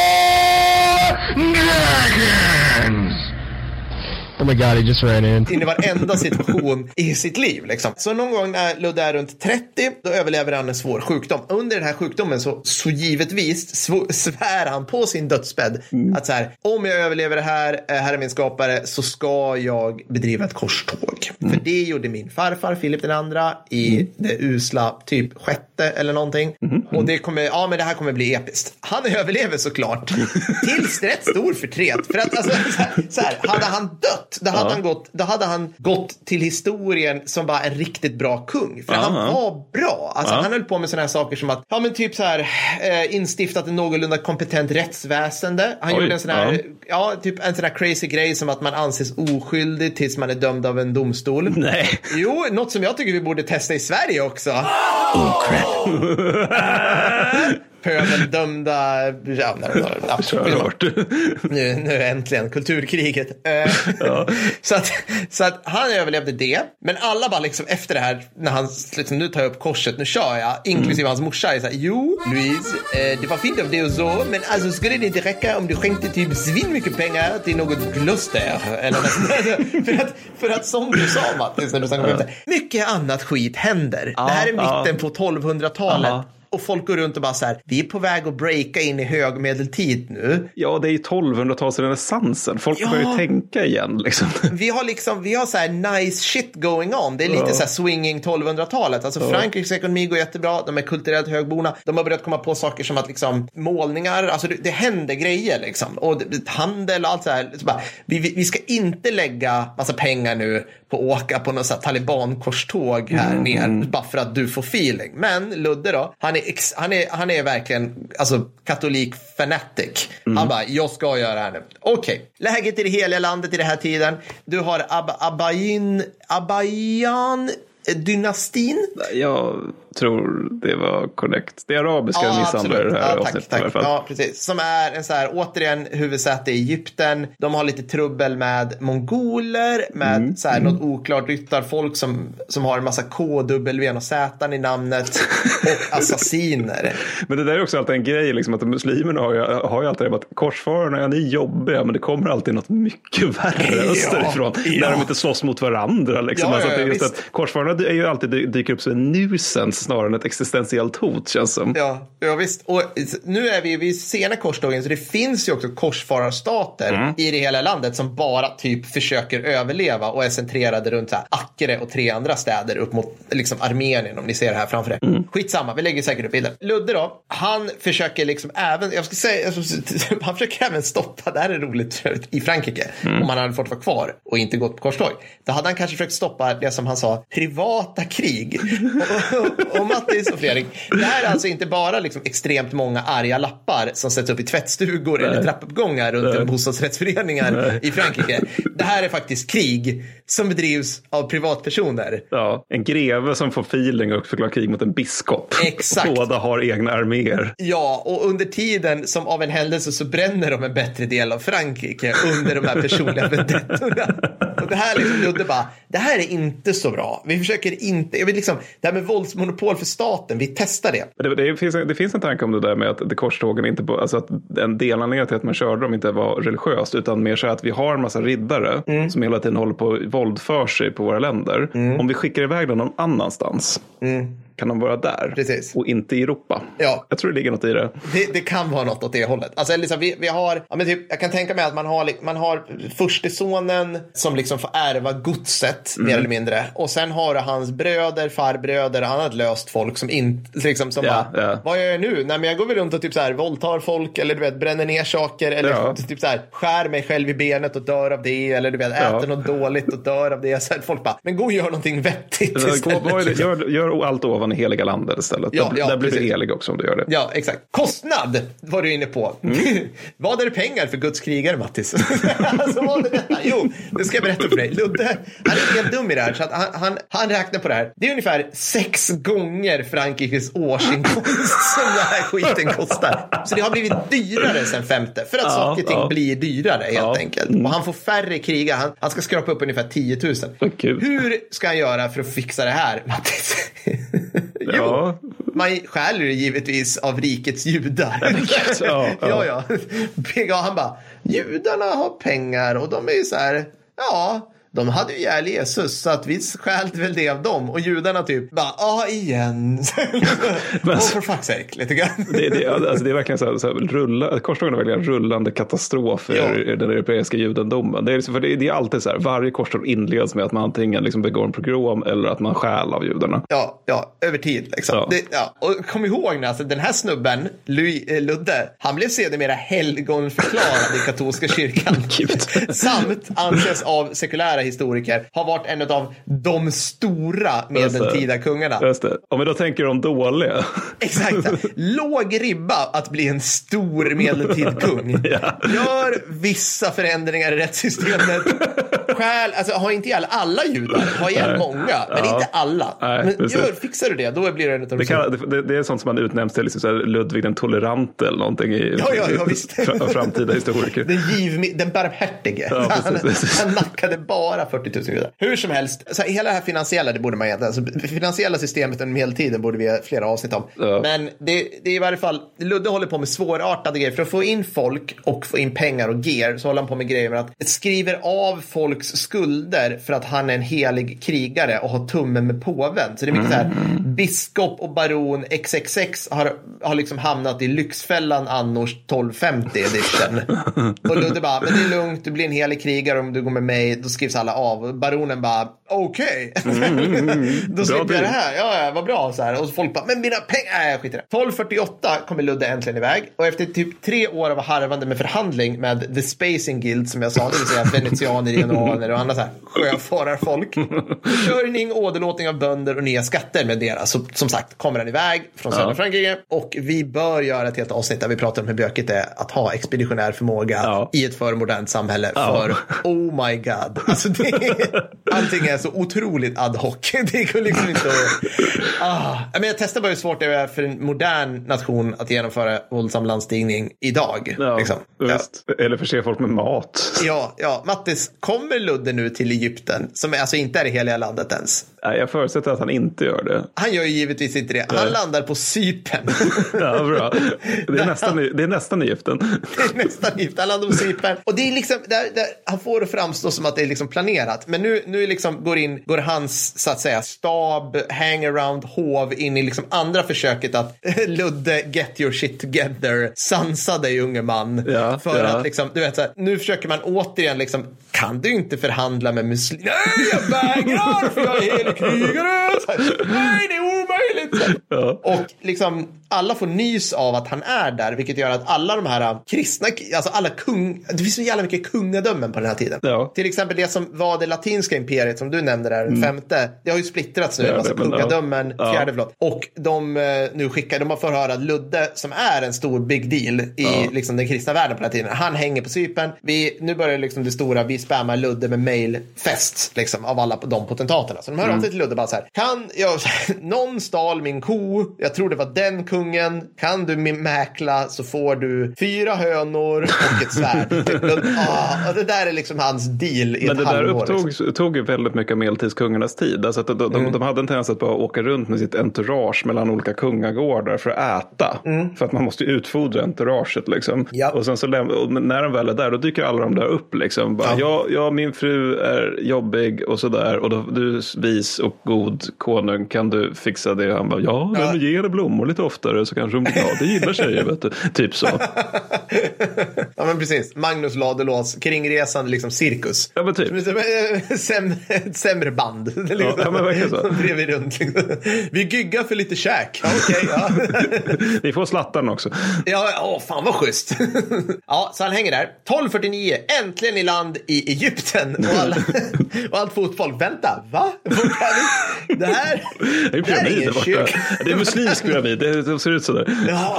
G: Oh my god, he just ran in.
A: I varenda situation i sitt liv liksom. Så någon gång när Ludde är runt 30, då överlever han en svår sjukdom. Under den här sjukdomen så givetvis svär han på sin dödsbädd att så här, om jag överlever det här, här är min skapare, så ska jag bedriva ett korståg. För det gjorde min farfar Filip den andra i det usla typ 6:e eller någonting. Och det kommer, men det här kommer bli episkt. Han överlever såklart. Tills rätt stor förtret. För att alltså, så här, hade han dött, då hade han gått till historien som bara en riktigt bra kung. För han var bra. Alltså han höll på med såna här saker som att, typ så här, instiftat en någorlunda kompetent rättsväsende. Han gjorde en sån här, typ en sån här crazy grej som att man anses oskyldig tills man är dömd av en domstol.
C: Nej.
A: Jo, något som jag tycker vi borde testa i Sverige också. Pöbeldömda nu äntligen kulturkriget. Så att han överlevde det. Men alla bara liksom efter det här, när han liksom, nu tar jag upp korset, nu kör jag, inklusive hans morsa, är så här, jo Louise, det var fint av det och så, men alltså skulle det inte räcka om du skänkte typ svinmycket pengar till något Gloucester eller något. för att som du sa, Mattis, när du sa mycket annat skit händer. Det här är mitten på 1200-talet. Och folk går runt och bara så här, vi är på väg att breaka in i högmedeltid nu.
C: Ja, det är 1200-talsrenässansen. Folk börjar tänka igen liksom. Vi
A: har så här nice shit going on. Det är lite så här swinging 1200-talet. Alltså Frankrikes ekonomi går jättebra. De är kulturellt högborna. De har börjat komma på saker som att liksom målningar, alltså det händer grejer liksom. Och handel och allt så här. Så bara, vi ska inte lägga massa pengar nu på att åka på något så här talibankorståg här ner bara för att du får feeling. Men Ludde då, han är verkligen alltså katolik fanatic. Han bara, jag ska göra det här nu. Okej. Läget i det heliga landet i den här tiden. Du har Abayan dynastin.
C: Ja, tror det var korrekt. Det är arabiska misshandlar det här avsnittet i alla fall.
A: Ja, precis. Som är en så här, återigen, huvudsäte i Egypten. De har lite trubbel med mongoler, med så här, något oklart ryttarfolk som har en massa K, W och Z i namnet och assassiner.
C: Men det där är också alltid en grej, liksom, att muslimerna har ju alltid det att korsfararna är jobbiga, men det kommer alltid något mycket värre österifrån. När de inte slåss mot varandra. Liksom. Alltså, det är just att korsfararna är ju alltid dyker upp som en nuisance snarare än ett existentiellt hot, känns som.
A: Ja, visst. Och nu är vi vid sena korstågen, så det finns ju också korsfararstater i det hela landet som bara typ försöker överleva och är centrerade runt så här Akkere och 3 andra städer upp mot liksom Armenien, om ni ser det här framför er. Skitsamma, vi lägger säkert upp bilden. Ludde då, han försöker liksom även, jag ska säga, han försöker även stoppa, det här är roligt i Frankrike, om han hade fått vara kvar och inte gått på korståg. Då hade han kanske försökt stoppa det som han sa, privata krig. och Mattis och Fredrik, det här är alltså inte bara liksom extremt många arga lappar som sätts upp i tvättstugor eller trappuppgångar runt bostadsrättsföreningar i Frankrike. Det här är faktiskt krig som bedrivs av privatpersoner.
C: Ja, en greve som får feeling och förklarar krig mot en biskop.
A: Exakt.
C: Båda har egna arméer.
A: Ja, och under tiden som av en händelse så bränner de en bättre del av Frankrike under de här personliga vendettorna. Och det här liksom, Ludde bara, det här är inte så bra. Vi försöker inte, jag vill liksom, det här med våldsmonopol för staten, vi testar det.
C: Det finns en tanke om det där med att korstågen inte, alltså att en delanledning till att man körde dem inte var religiöst, utan mer så att vi har en massa riddare som hela tiden håller på våld för sig på våra länder. Om vi skickar iväg dem någon annanstans kan de vara där.
A: Precis.
C: Och inte i Europa.
A: Ja.
C: Jag tror det ligger något i det.
A: Det kan vara något åt det hållet. Alltså liksom, vi har, ja, men typ, jag kan tänka mig att man har förstesonen som liksom får ärva godset mer eller mindre. Och sen har du hans bröder, farbröder, annat löst folk som inte liksom, som bara, vad gör jag nu? Nej, men jag går väl runt och typ så här våldtar folk, eller du vet, bränner ner saker, eller typ så här skär mig själv i benet och dör av det, eller du vet, äter något dåligt och dör av det. Så här, folk bara, men gå och gör någonting vettigt istället.
C: Gör allt ovan i heliga landet istället. Där blir det helig också om du gör det.
A: Ja, exakt. Kostnad var du inne på. Vad är det pengar för Guds krigare, Mattis? Alltså, vad är detta? Jo, det ska jag berätta för dig. Ludde, han är helt dum i det här, så att han räknar på det här. Det är ungefär 6 gånger Frankrikes årsinkomst som den här skiten kostar. Så det har blivit dyrare sen 5:e. För att saker och ting blir dyrare helt enkelt. Och han får färre kriga. Han ska skrapa upp ungefär 10 000. Hur ska han göra för att fixa det här, Mattis? Jo, man stjäler det givetvis av rikets judar. Ja. Han bara, judarna har pengar och de är ju så här, de hade ju ihjäl Jesus, så att vi stjälte väl det av dem. Och judarna typ bara, igen. For fuck's sake, lite grann.
C: Det är verkligen så här, korstågen är verkligen rullande katastrof i den europeiska judendomen. Det är alltid så här, varje korståg inleds med att man antingen liksom begår en pogrom eller att man stjäl av judarna.
A: Ja, över tid liksom. Och kom ihåg nu, alltså, den här snubben, Ludde, han blev sedermera helgonförklarad i katolska kyrkan. Samt anses av sekulära historiker har varit en av de stora medeltida kungarna.
C: Just det. Om vi då tänker de dåliga.
A: Exakt. Låg ribba att bli en stor medeltid kung. Gör vissa förändringar i rättssystemet. Alltså har inte ihjäl alla judar, har ihjäl många, men inte alla. Men fixar du det, då blir det en av
C: det är sånt som man utnämns till liksom så här, Ludvig den tolerante eller någonting i framtida historiker.
A: Den barmhärtige. Han nackade bara 40 000 judar. Hur som helst, så hela det här finansiella, det borde man egentligen, alltså, finansiella systemet under medeltiden borde vi ha flera avsnitt om. Men det är i varje fall, Ludde håller på med svårartade grejer för att få in folk och få in pengar och gear, så håller han på med grejer med att skriver av folks skulder för att han är en helig krigare och har tummen med påven. Så det är mycket så här, biskop och baron XXX har liksom hamnat i Lyxfällan annors 1250 edition. Och Ludde bara, men det är lugnt, du blir en helig krigare om du går med mig, då skrivs alla av. Och baronen bara, okej. Då slipper jag det här. Ja, vad bra så här. Och folk bara, men mina pengar, jag skiter det. 1248 kommer Ludde äntligen iväg. Och efter typ 3 år av harvande med förhandling med The Spacing Guild, som jag sa, det vill säga venetianer, indianer och andra så här sjöfararfolk. Försörjning, åderlåtning av bönder och nya skatter med deras. Så, som sagt, kommer han iväg från södra Frankrike. Och vi bör göra ett helt avsnitt där vi pratar om hur bökigt det är att ha expeditionär förmåga i ett för modernt samhälle. För, oh my god. Alltså allting är så otroligt ad hoc. Det går liksom inte men jag testar bara hur svårt det är för en modern nation att genomföra våldsam landstigning idag. Liksom.
C: Eller förse folk med mat.
A: Ja. Mattis, kommer Ludde nu till Egypten som alltså inte är i hela landet ens?
C: Nej, jag förutsätter att han inte gör det.
A: Han gör ju givetvis inte det. Han landar på Cypern.
C: Ja, bra. Det är nästan Egypten.
A: Det är nästan Egypten. Han landar på Cypern. Och det är liksom, där han får det framstå som att det är liksom planerat. Men nu liksom går hans, så att säga, stab, hangaround, hov in i liksom andra försöket att Ludde, get your shit together, sansa dig unge man. För att liksom, du vet så här, nu försöker man återigen liksom, kan du inte förhandla med muslimer? Nej, jag vägrar för jag är krigare. Nej, det är omöjligt. Och liksom alla får nys av att han är där, vilket gör att alla de här kristna, alltså alla det finns så jävla mycket kungadömen på den här tiden. Till exempel det som var det latinska imperiet som du nämnde där, femte, det har ju splittrats nu, alltså kungadömen, fjärde förlåt. Och de nu de har förhört att Ludde, som är en stor big deal i liksom den kristna världen på den här tiden, han hänger på Cypern. Nu börjar liksom det stora, vi spammar Ludde med mailfest liksom, av alla de potentaterna. Så de hör av sig till Ludde bara så här, någon stal min ko, jag tror det var den kungen, kan du mäkla så får du 4 hönor och ett svärd. Och det där är liksom hans deal i ett halvår. Men det där
C: tog ju väldigt mycket av medeltidskungarnas tid. Alltså att de hade en tendens att bara åka runt med sitt entourage mellan olika kungagårdar för att äta. För att man måste utfodra entouraget liksom. Och sen så när de väl är där, då dyker alla de där upp liksom. Bara, min fru är jobbig och sådär, och då, du vis och god konung, kan du fixa det? Han bara, men ge det blommor lite oftare så kanske de det gillar tjejer, vet du. Typ så.
A: Ja, men precis. Magnus Ladulås, kringresande liksom cirkus.
C: Ja, men typ.
A: Sämre band.
C: Ja, men verkligen så.
A: Vi runt liksom. Vi giggar för lite käk. Okej.
C: Vi får slattan också.
A: Fan vad schysst. Så han hänger där. 1249, äntligen i land i Egypten. Och allt fotfolk, vänta, va? Det här är ingen kyrka.
C: Det är muslimsk pyramid, det ser ut sådär.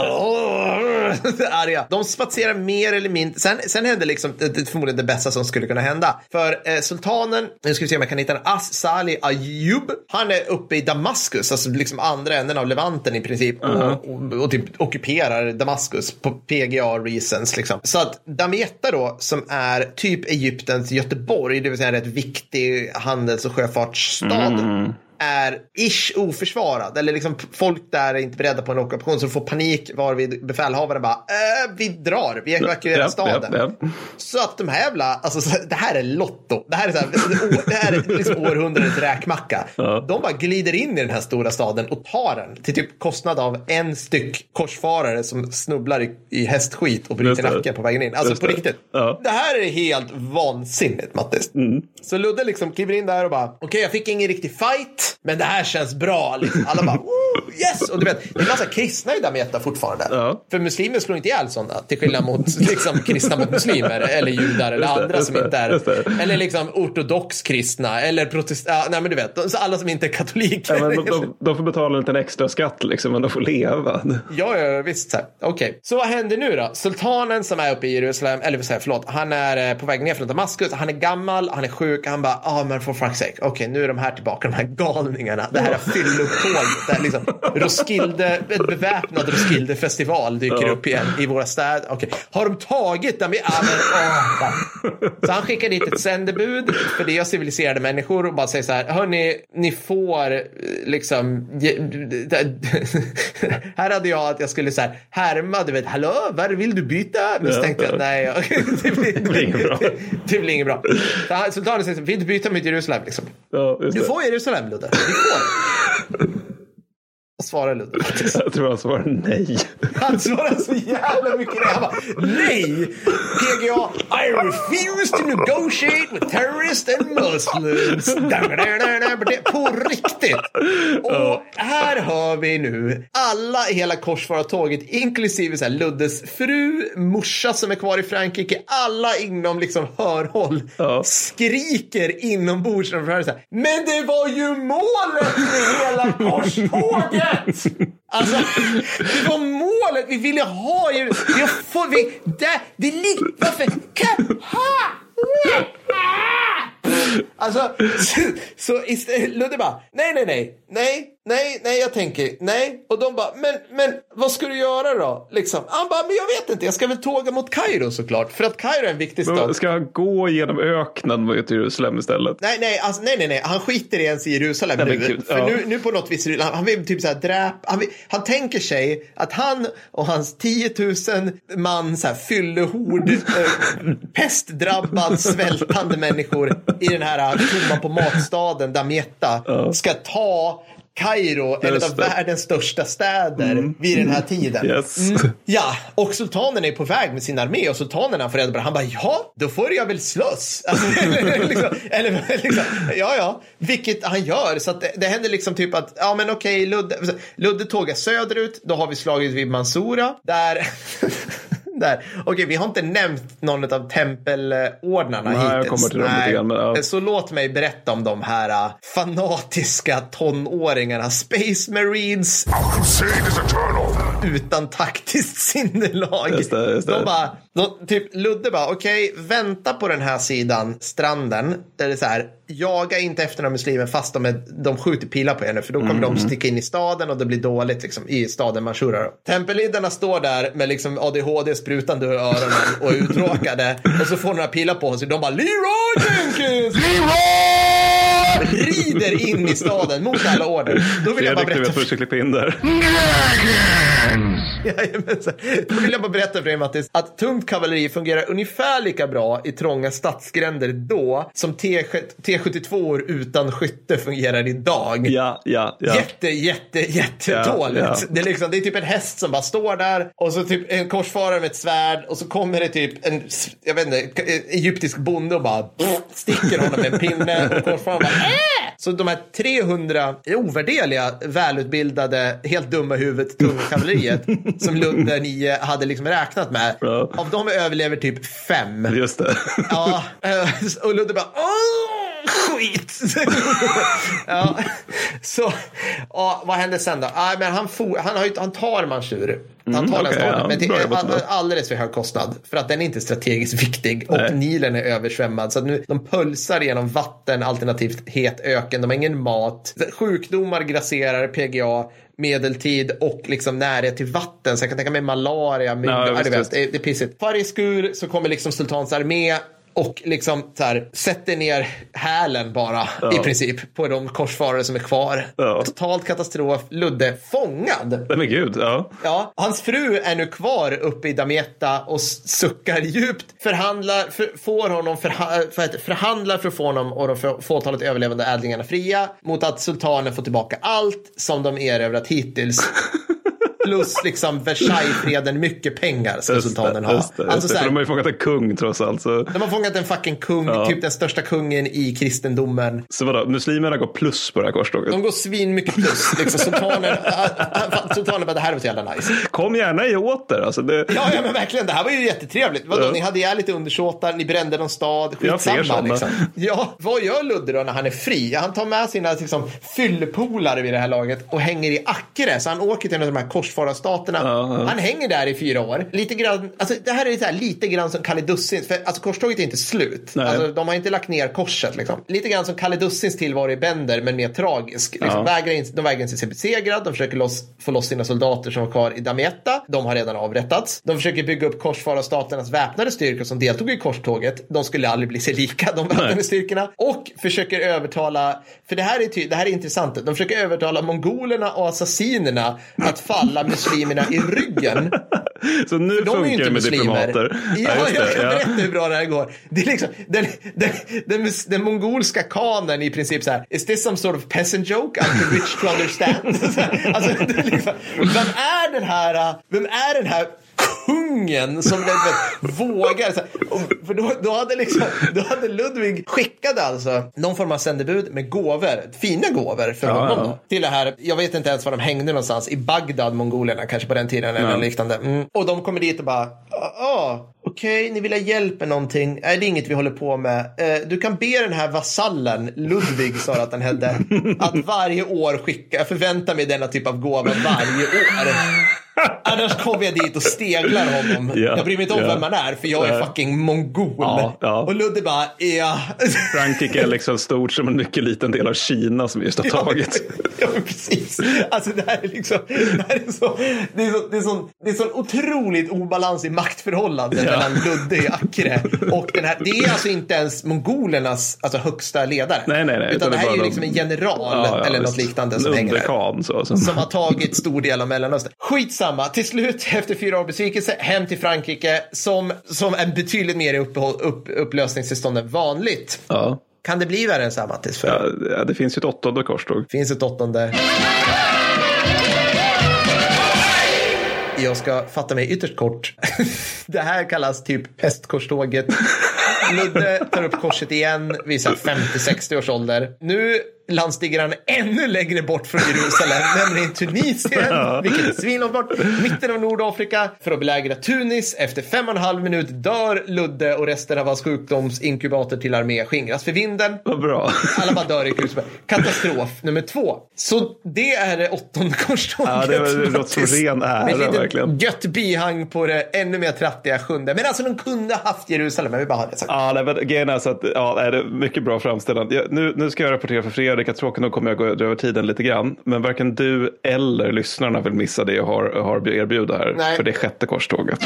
A: Arga. De spatserar mer eller mindre. Sen hände liksom förmodligen det bästa som skulle kunna hända. För sultanen, nu ska vi se om jag kan hitta en, As-Sali Ayyub, han är uppe i Damaskus, alltså liksom andra änden av Levanten i princip, och typ ockuperar Damaskus på PGA reasons liksom. Så att Damietta då, som är typ Egyptens Göteborg, det vill säga en rätt viktig handels- och sjöfartsstad, är oförsvarad, eller liksom folk där är inte beredda på en ockupation, så de får panik varvid befälhavaren bara vi drar, vi evakuerar staden. Så att de här jävla, alltså det här är lotto, det här är så här, det här är liksom århundradets räkmacka. De bara glider in i den här stora staden och tar den till typ kostnad av en styck korsfarare som snubblar i hästskit och bryter nacken på vägen in. Alltså på riktigt. Det här är helt vansinnigt, Mattis. Så Ludde liksom kliver in där och bara, okej, jag fick ingen riktig fight, men det här känns bra liksom. Alla bara, yes! Och du vet, det är en massa kristna i Damietta fortfarande. För muslimer slår inte ihjäl sådana, till skillnad mot liksom kristna mot muslimer, eller judar, eller andra som inte är, eller liksom ortodox kristna, eller nej men du vet, alla som inte är katoliker.
C: Ja, men de får betala en liten extra skatt liksom, men de får leva.
A: Ja, visst. Okej. Så vad händer nu då? Sultanen som är uppe i Jerusalem, eller han är på väg ner från Damaskus, han är gammal, han är sjuk, han bara, men for fuck's sake, okej, nu är de här tillbaka, de här galningarna, det här är fyllupptåg, det här liksom Roskilde, ett beväpnad Roskilde-festival dyker upp igen i våra städer. Okej. Har de tagit dem? Så han skickar dit ett sändebud för det är civiliserade människor och bara säger så här, hörni, ni får liksom här hade jag att jag skulle så här härma, du vet, hallå, vad vill du byta? Men så tänkte jag, nej, det blir inget bra. Så sultanen säger, vill du byta med Jerusalem liksom? Du får Jerusalem, Ludde. Du får. Vad svarar Ludde?
C: Jag tror han svarar nej.
A: Han svarar så jävla mycket nej. Han bara, nej! PGA, I refuse to negotiate with terrorists and Muslims. På riktigt. Och här hör vi nu alla i hela korsfarartåget, inklusive så här Luddes fru, morsa som är kvar i Frankrike, alla inom liksom hörhåll skriker inombords. Men det var ju målet med hela korståget! Alltså, det var målet. Vi ville ha ju... Det ligger... Varför? Alltså, så istället, Ludde bara, nej, jag tänker, nej. Och de bara, men vad ska du göra då? Liksom. Han bara, men jag vet inte, jag ska väl tåga mot Kairo såklart. För att Kairo är en viktig stad.
C: Ska han gå genom öknen mot Jerusalem istället?
A: Nej, han skiter ens i Jerusalem nu. För nu på något vis, han vill typ så här han tänker sig att han och hans 10 000 man så här fyllehord, pestdrabbad, svältande människor i den här tomma på matstaden Damietta ska ta Kairo, en av världens största städer vid den här tiden.
C: Yes.
A: Ja, och sultanen är på väg med sin armé och sultanen får reda på det. Han bara, ja, då får jag väl slåss. Alltså, ja, vilket han gör. Så att det händer liksom typ att, ja men okej, Ludde tågar söderut, då har vi slagit vid Mansoura. Där. Okej, vi har inte nämnt någon av tempelordnarna hittills.
C: Jag kommer till dem lite grann, men,
A: så låt mig berätta om de här fanatiska tonåringarna. Space Marines utan taktiskt sinnelag. Just det. De bara, typ Ludde bara, okej, vänta på den här sidan stranden. Där det är så här, jaga inte efter några muslimer fast de skjuter pilar på er, för då kommer de sticka in i staden och det blir dåligt liksom, i staden Mansoura. Tempelriddarna står där med liksom ADHD sprutande i öronen och uttråkade och så får några pilar på sig. De bara, Leroy Jenkins! Leroy! Rider in i staden mot alla order. Då vill jag bara berätta Då vill jag bara berätta för er, Mattis, att tungt kavalleri fungerar ungefär lika bra i trånga stadsgränder då som T72 utan skytte fungerar idag.
C: Ja.
A: Jättedåligt. Ja. Det är typ en häst som bara står där och så typ en korsfarare med ett svärd och så kommer det typ en, jag vet inte, egyptisk bonde och bara sticker honom med en pinne och korsfararen bara Så de här 300 ovärdeliga, välutbildade, helt dumma huvudet tunga kavalleriet som Ludde 9 hade liksom räknat med. Bra. Av dem överlever typ 5.
C: Just det.
A: Ja, och Ludde bara, skit. Ja, så vad hände sen då? Men han tar Mansour. Han tar den staden, men det är alldeles för hög kostnad för att den är inte strategiskt viktig och Nilen är översvämmad så att nu de pulsar genom vatten alternativt het öken, de har ingen mat, sjukdomar grasserar PGA, medeltid och liksom närhet till vatten, så jag kan tänka mig malaria, det är pissigt. Varje skur så kommer liksom sultans armé och liksom så här, sätter ner hälen bara i princip på de korsfarare som är kvar. Totalt katastrof. Ludde fångad.
C: Men gud,
A: ja. Hans fru är nu kvar uppe i Damietta och suckar djupt. Förhandlar för att få honom och de fåtalet överlevande ädlingarna fria mot att sultanen får tillbaka allt som de erövrat hittills. Plus liksom Versailles-freden, mycket pengar ska sultanen ha.
C: Just det. För de har ju fångat en kung trots allt. Så.
A: De har fångat en fucking kung, typ den största kungen i kristendomen.
C: Så vadå, muslimerna går plus på det här korståget?
A: De går svin mycket plus. Liksom, sultanen bara, det här var så jävla nice.
C: Kom gärna i åter. Alltså det... ja,
A: men verkligen, det här var ju jättetrevligt. Vadå, ni hade lite undersåtar, ni brände någon stad, skitsamma liksom. Ja, vad gör Ludde då när han är fri? Han tar med sina liksom, fyllpolare vid det här laget och hänger i Ackre, så han åker till en av de här korsfararstaterna. Han hänger där i 4 år. Lite grann, alltså det här är så här, lite grann som Kalle Dussins, för alltså korståget är inte slut. Alltså, de har inte lagt ner korset liksom. Lite grann som Kalle Dussins tillvaro i Bender, men mer tragisk. Liksom, de vägrar inte se besegrad. De försöker få loss sina soldater som var kvar i Damietta. De har redan avrättats. De försöker bygga upp korsfararstaternas väpnade styrkor som deltog i korståget. De skulle aldrig bli sig lika, de väpnade styrkorna. Och försöker övertala, för det här är intressant. De försöker övertala mongolerna och assassinerna att falla muslimerna i ryggen
C: Så nu funkar det med diplomater.
A: Ja, jag kan berätta hur bra det här går. Det är liksom, den mongolska kanen i princip så här: is this some sort of peasant joke? I'm too rich to understand. Alltså, det är liksom, vem är den här kungen som vågar så här, för då hade Ludvig skickade alltså någon form av sändebud med gåvor, fina gåvor för honom då, till det här. Jag vet inte ens var de hängde någonstans, i Bagdad, mongolierna kanske på den tiden eller liknande. Och de kommer dit och bara okej, ni vill ha hjälp med någonting. Nej, det är inget vi håller på med. Du kan be den här vasallen, Ludvig sa att han hade, att varje år skicka, jag förväntar mig denna typ av gåva varje år. Annars kommer jag dit och steglar honom. Jag bryr mig inte om vem man är, för jag är fucking mongol. Och Ludde bara,
C: Frankrike är liksom stort som en mycket liten del av Kina som just har tagit.
A: Ja, precis. Alltså det här är liksom, det är så otroligt obalans i maktförhållanden mellan Ludde Akre och den här. Det är alltså inte ens mongolernas alltså högsta ledare.
C: Nej.
A: Utan det här är ju liksom en general eller något liknande som hänger där. Som har tagit stor del av Mellanöstern. Skitsamma. Till slut, efter 4 år besvikelse, hem till Frankrike som är betydligt mer i upplösningstillstånd än vanligt.
C: Ja.
A: Kan det bli värre än så här, Mattis?
C: Ja, det finns ju ett 8:e korståg.
A: Finns ett 8:e. Jag ska fatta mig ytterst kort. Det här kallas typ hästkorståget. Ludde tar upp korset igen vid 50-60 års ålder. Nu landstiger han ännu längre bort från Jerusalem, nämligen Tunisien, vilket är svinlångt bort, mitten av Nordafrika, för att belägra Tunis. Efter 5,5 minuter dör Ludde och resten av hans sjukdomsinkubator till armé skingras för vinden.
C: Vad bra.
A: Alla bara dör i krusbär. Katastrof nummer 2. Så det är det 8:e korståget.
C: Ja, det låter som ren ära, verkligen.
A: Gött bihang på det ännu mer trattiga 7:e. Men alltså de kunde haft Jerusalem, men vi bara hade sagt.
C: Ja, det är så att det är mycket bra framställan. Nu ska jag rapportera för Fredrik. Tråkigt nog kommer jag gå över tiden lite grann. Men varken du eller lyssnarna vill missa det jag har erbjudit här. Nej. För det är 6:e korståget.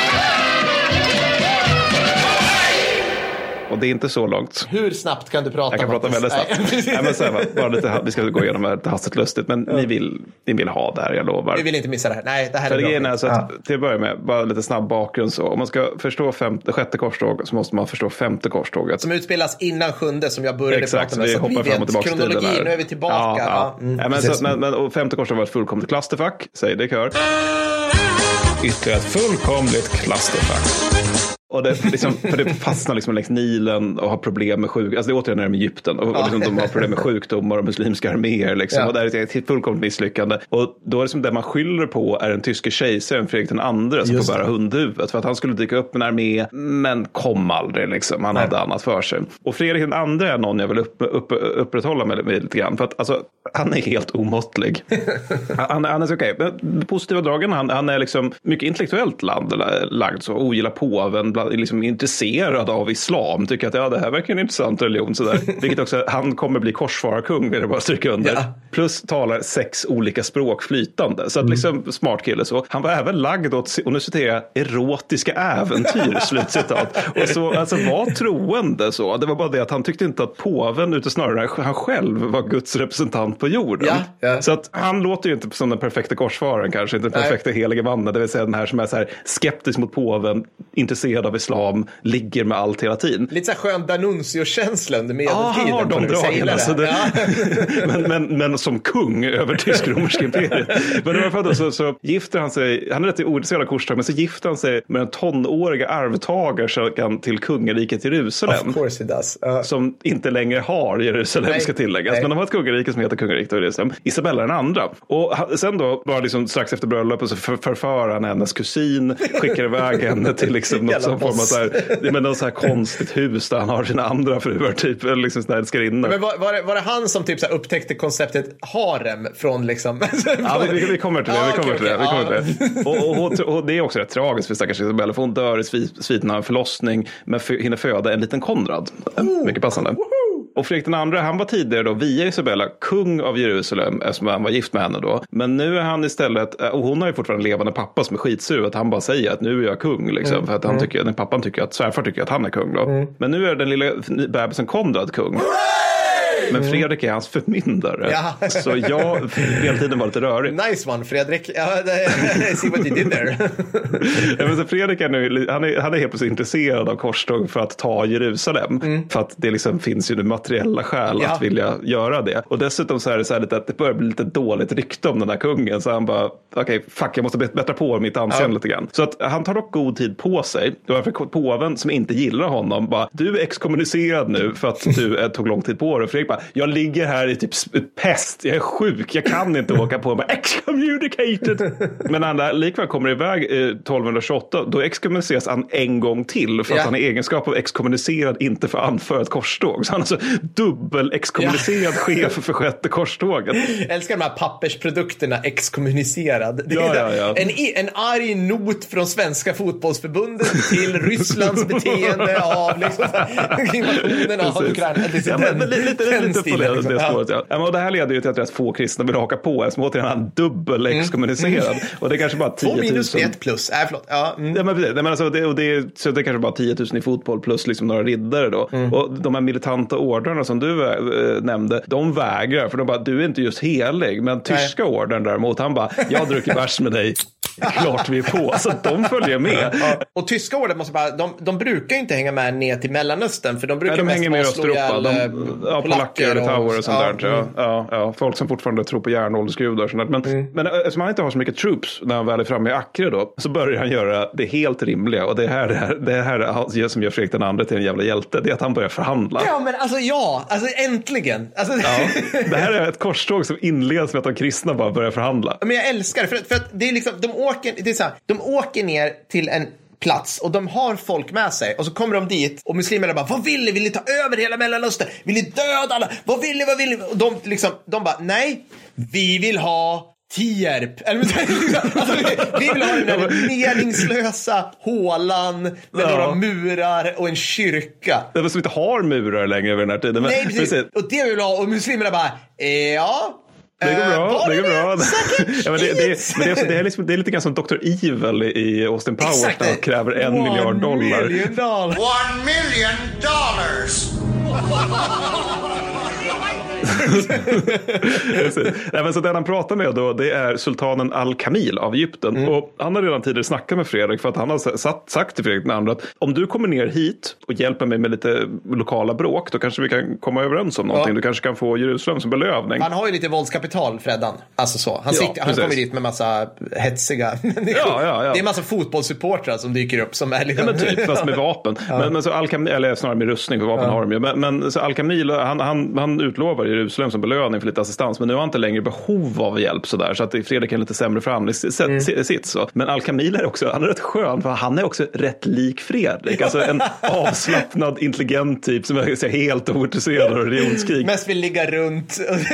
C: Och det är inte så långt.
A: Hur snabbt kan du prata?
C: Jag kan prata väldigt snabbt. Nej, men så här, bara lite, vi ska gå igenom det lite hastigt lustigt. Men ni vill ha det här, jag lovar.
A: Vi vill inte missa det här. Nej, det här
C: för
A: är bra.
C: Är så att, till att börja med, bara lite snabb bakgrund så. Om man ska förstå 6:e korståget så måste man förstå 5:e korståget.
A: Som utspelas innan 7:e som jag började prata med.
C: Vi hoppar fram och tillbaka
A: kronologi,
C: tiden här.
A: Nu är vi tillbaka.
C: Men 5:e korståget var ett fullkomligt klasterfack. Säg det, kör. Ytterligare ett fullkomligt klasterfack. Och det, liksom, för det fastnar liksom längs Nilen och har problem med alltså det är återigen när de är Egypten och liksom, de har problem med sjukdomar och muslimska arméer liksom, och det är ett fullkomligt misslyckande. Och då är det som det man skyller på är den tyske kejsaren Fredrik den andre som får bära hundhuvudet för att han skulle dyka upp med en armé men kom aldrig liksom, han hade annat för sig. Och Fredrik den andre är någon jag vill upprätthålla med lite grann, för att alltså, han är helt omåttlig. han är så okej. Men positiva dragen, han är liksom mycket intellektuellt lagd så, ogillar påven, liksom intresserad av islam, tycker att det här verkar en intressant religion sådär. Vilket också, han kommer bli korsfararkung, vill jag bara stryka under. Ja. Plus talar 6 olika språk flytande. Så att liksom smart kille så. Han var även lagd åt, och nu citerar jag, erotiska äventyr, slutcitat. Och så alltså var troende så. Det var bara det att han tyckte inte att påven, utan snarare han själv var Guds representant på jorden. Ja. Så att han låter ju inte som den perfekta korsfararen kanske, inte den perfekta helige mannen. Det vill säga den här som är så här skeptisk mot påven, intresserad av islam, ligger med allt hela tiden.
A: Lite så här skön Danuncio-känsla under medeltiden.
C: Ja, han har de dragen. Alltså men som kung över tysk-romerska imperiet. Men i alla fall då, så gifter han sig, han är rätt ointresserad av korståg, men så gifter han sig med en tonåriga arvtagare till kungariket Jerusalem.
A: Of course he does.
C: Som inte längre har Jerusalem, ska tilläggas. Men de har ett kungarike som heter kungariket Jerusalem. Isabella den andra. Och sen då, bara liksom strax efter bröllopet så förför han hennes kusin, skickar iväg henne till liksom något som form av så här, men något så här konstigt hus där han har sina andra fruar typ, eller liksom sådär älskarinnor.
A: Men var det han som typ så här upptäckte konceptet harem från liksom...
C: Ja, vi kommer till det. Och det är också rätt tragiskt för stackars Isabella, för hon dör i sviten av en förlossning men hinner föda en liten Konrad. Mycket passande. Och Fredrik den andra, han var tidigare då via Isabella kung av Jerusalem eftersom han var gift med henne då. Men nu är han istället, och hon har ju fortfarande en levande pappa som är skitsur, att han bara säger att nu är jag kung liksom, för att han tycker, pappan tycker att svärfar tycker att han är kung då. Men nu är den lilla bebisen Konrad kung. Men Fredrik är hans förmyndare.
A: Ja.
C: Så speltiden var lite rörig.
A: Nice one, Fredrik. See what you did there.
C: Men så Fredrik är nu, han är helt plötsligt intresserad av korståg för att ta Jerusalem. För att det liksom finns ju materiella skäl att vilja göra det. Och dessutom så är det så här lite att det börjar bli lite dåligt rykte om den här kungen. Så han bara, okej, jag måste bättra på mitt anseende lite grann. Så att han tar dock god tid på sig. Det var för påven som inte gillar honom bara, du är exkommunicerad nu för att du tog lång tid på det. Fredrik bara, jag ligger här i typ pest, jag är sjuk, jag kan inte åka på mig. Excommunicated! Men han likväl kommer iväg 1228, då exkommuniceras han en gång till för att han i egenskap av exkommunicerad inte får anföra ett korståg. Så han är alltså dubbel exkommunicerad chef för sjätte korståget.
A: Jag älskar de här pappersprodukterna, exkommunicerad. Det är en arg not från Svenska fotbollsförbundet till Rysslands beteende av liksom, invasionen av Ukraina.
C: Lite på det spåret, Och det här leder ju till att rätt få kristna vill haka på. Som återigen han dubbel exkommunicerad. Och det är kanske bara 10 000.
A: 2 minus 1 plus. Förlåt.
C: Så det är kanske bara 10 000 i fotboll plus liksom några riddare då. Och de här militanta ordrarna som du nämnde, de vägrar. För de bara, du är inte just helig. Men tyska ordern däremot, han bara, jag dricker bärs med dig. Klart vi är på, så de följer med.
A: Och tyska orden måste bara, de brukar inte hänga med ner till Mellanöstern, för de brukar
C: de hänger med i Östeuropa.
A: polacker
C: och litauer och sånt där. Folk som fortfarande tror på järnåldersgudar och sånt där. Men eftersom han inte har så mycket troops när han väl är framme i Acre då, så börjar han göra det helt rimliga. Och det här som gör Fredrik den andra till en jävla hjälte, det är att han börjar förhandla.
A: Äntligen.
C: Det här är ett korståg som inleds med att de kristna bara börjar förhandla.
A: Men jag älskar det, för att det är liksom, de åker ner till en plats och de har folk med sig och så kommer de dit och muslimerna bara, vad vill ni? Vill ni ta över hela Mellanöstern? Vill ni döda alla? Vad vill ni? Och de bara, nej, vi vill ha Tierp. Vi vill ha den där meningslösa hålan med några murar och en kyrka.
C: Det var som inte har murar längre över den här tiden.
A: Nej, precis. Och det vill vi ha, och muslimerna bara,
C: det går bra. Det är lite grann som Dr. Evil i Austin Powers där han kräver $1 miljard.
B: $1 million.
C: Nej, men så den han pratar med då, det är sultanen Al-Kamil av Egypten. Och han har redan tidigare snackat med Fredrik, för att han har sagt till Fredrik den andra att om du kommer ner hit och hjälper mig med lite lokala bråk, då kanske vi kan komma överens om någonting. Du kanske kan få Jerusalem som belövning.
A: Han har ju lite våldskapital, Freddan. Alltså så. Han kommer dit med massa hetsiga människor. Det är massa fotbollssupportrar som dyker upp som är liksom...
C: men typ, fast med vapen. Men så Al-Kamil, eller snarare med rustning, för vapen har de ju. Men så Al-Kamil, han utlovar Jerusalem som belöning för lite assistans, men nu har han inte längre behov av hjälp sådär, så att Fredrik är lite sämre förhandlingssitt så. Men Al-Kamil är också, han är rätt skön, för han är också rätt lik Fredrik, alltså en avslappnad, intelligent typ som är helt ointresserad av religionskrig.
A: Mest vill ligga runt.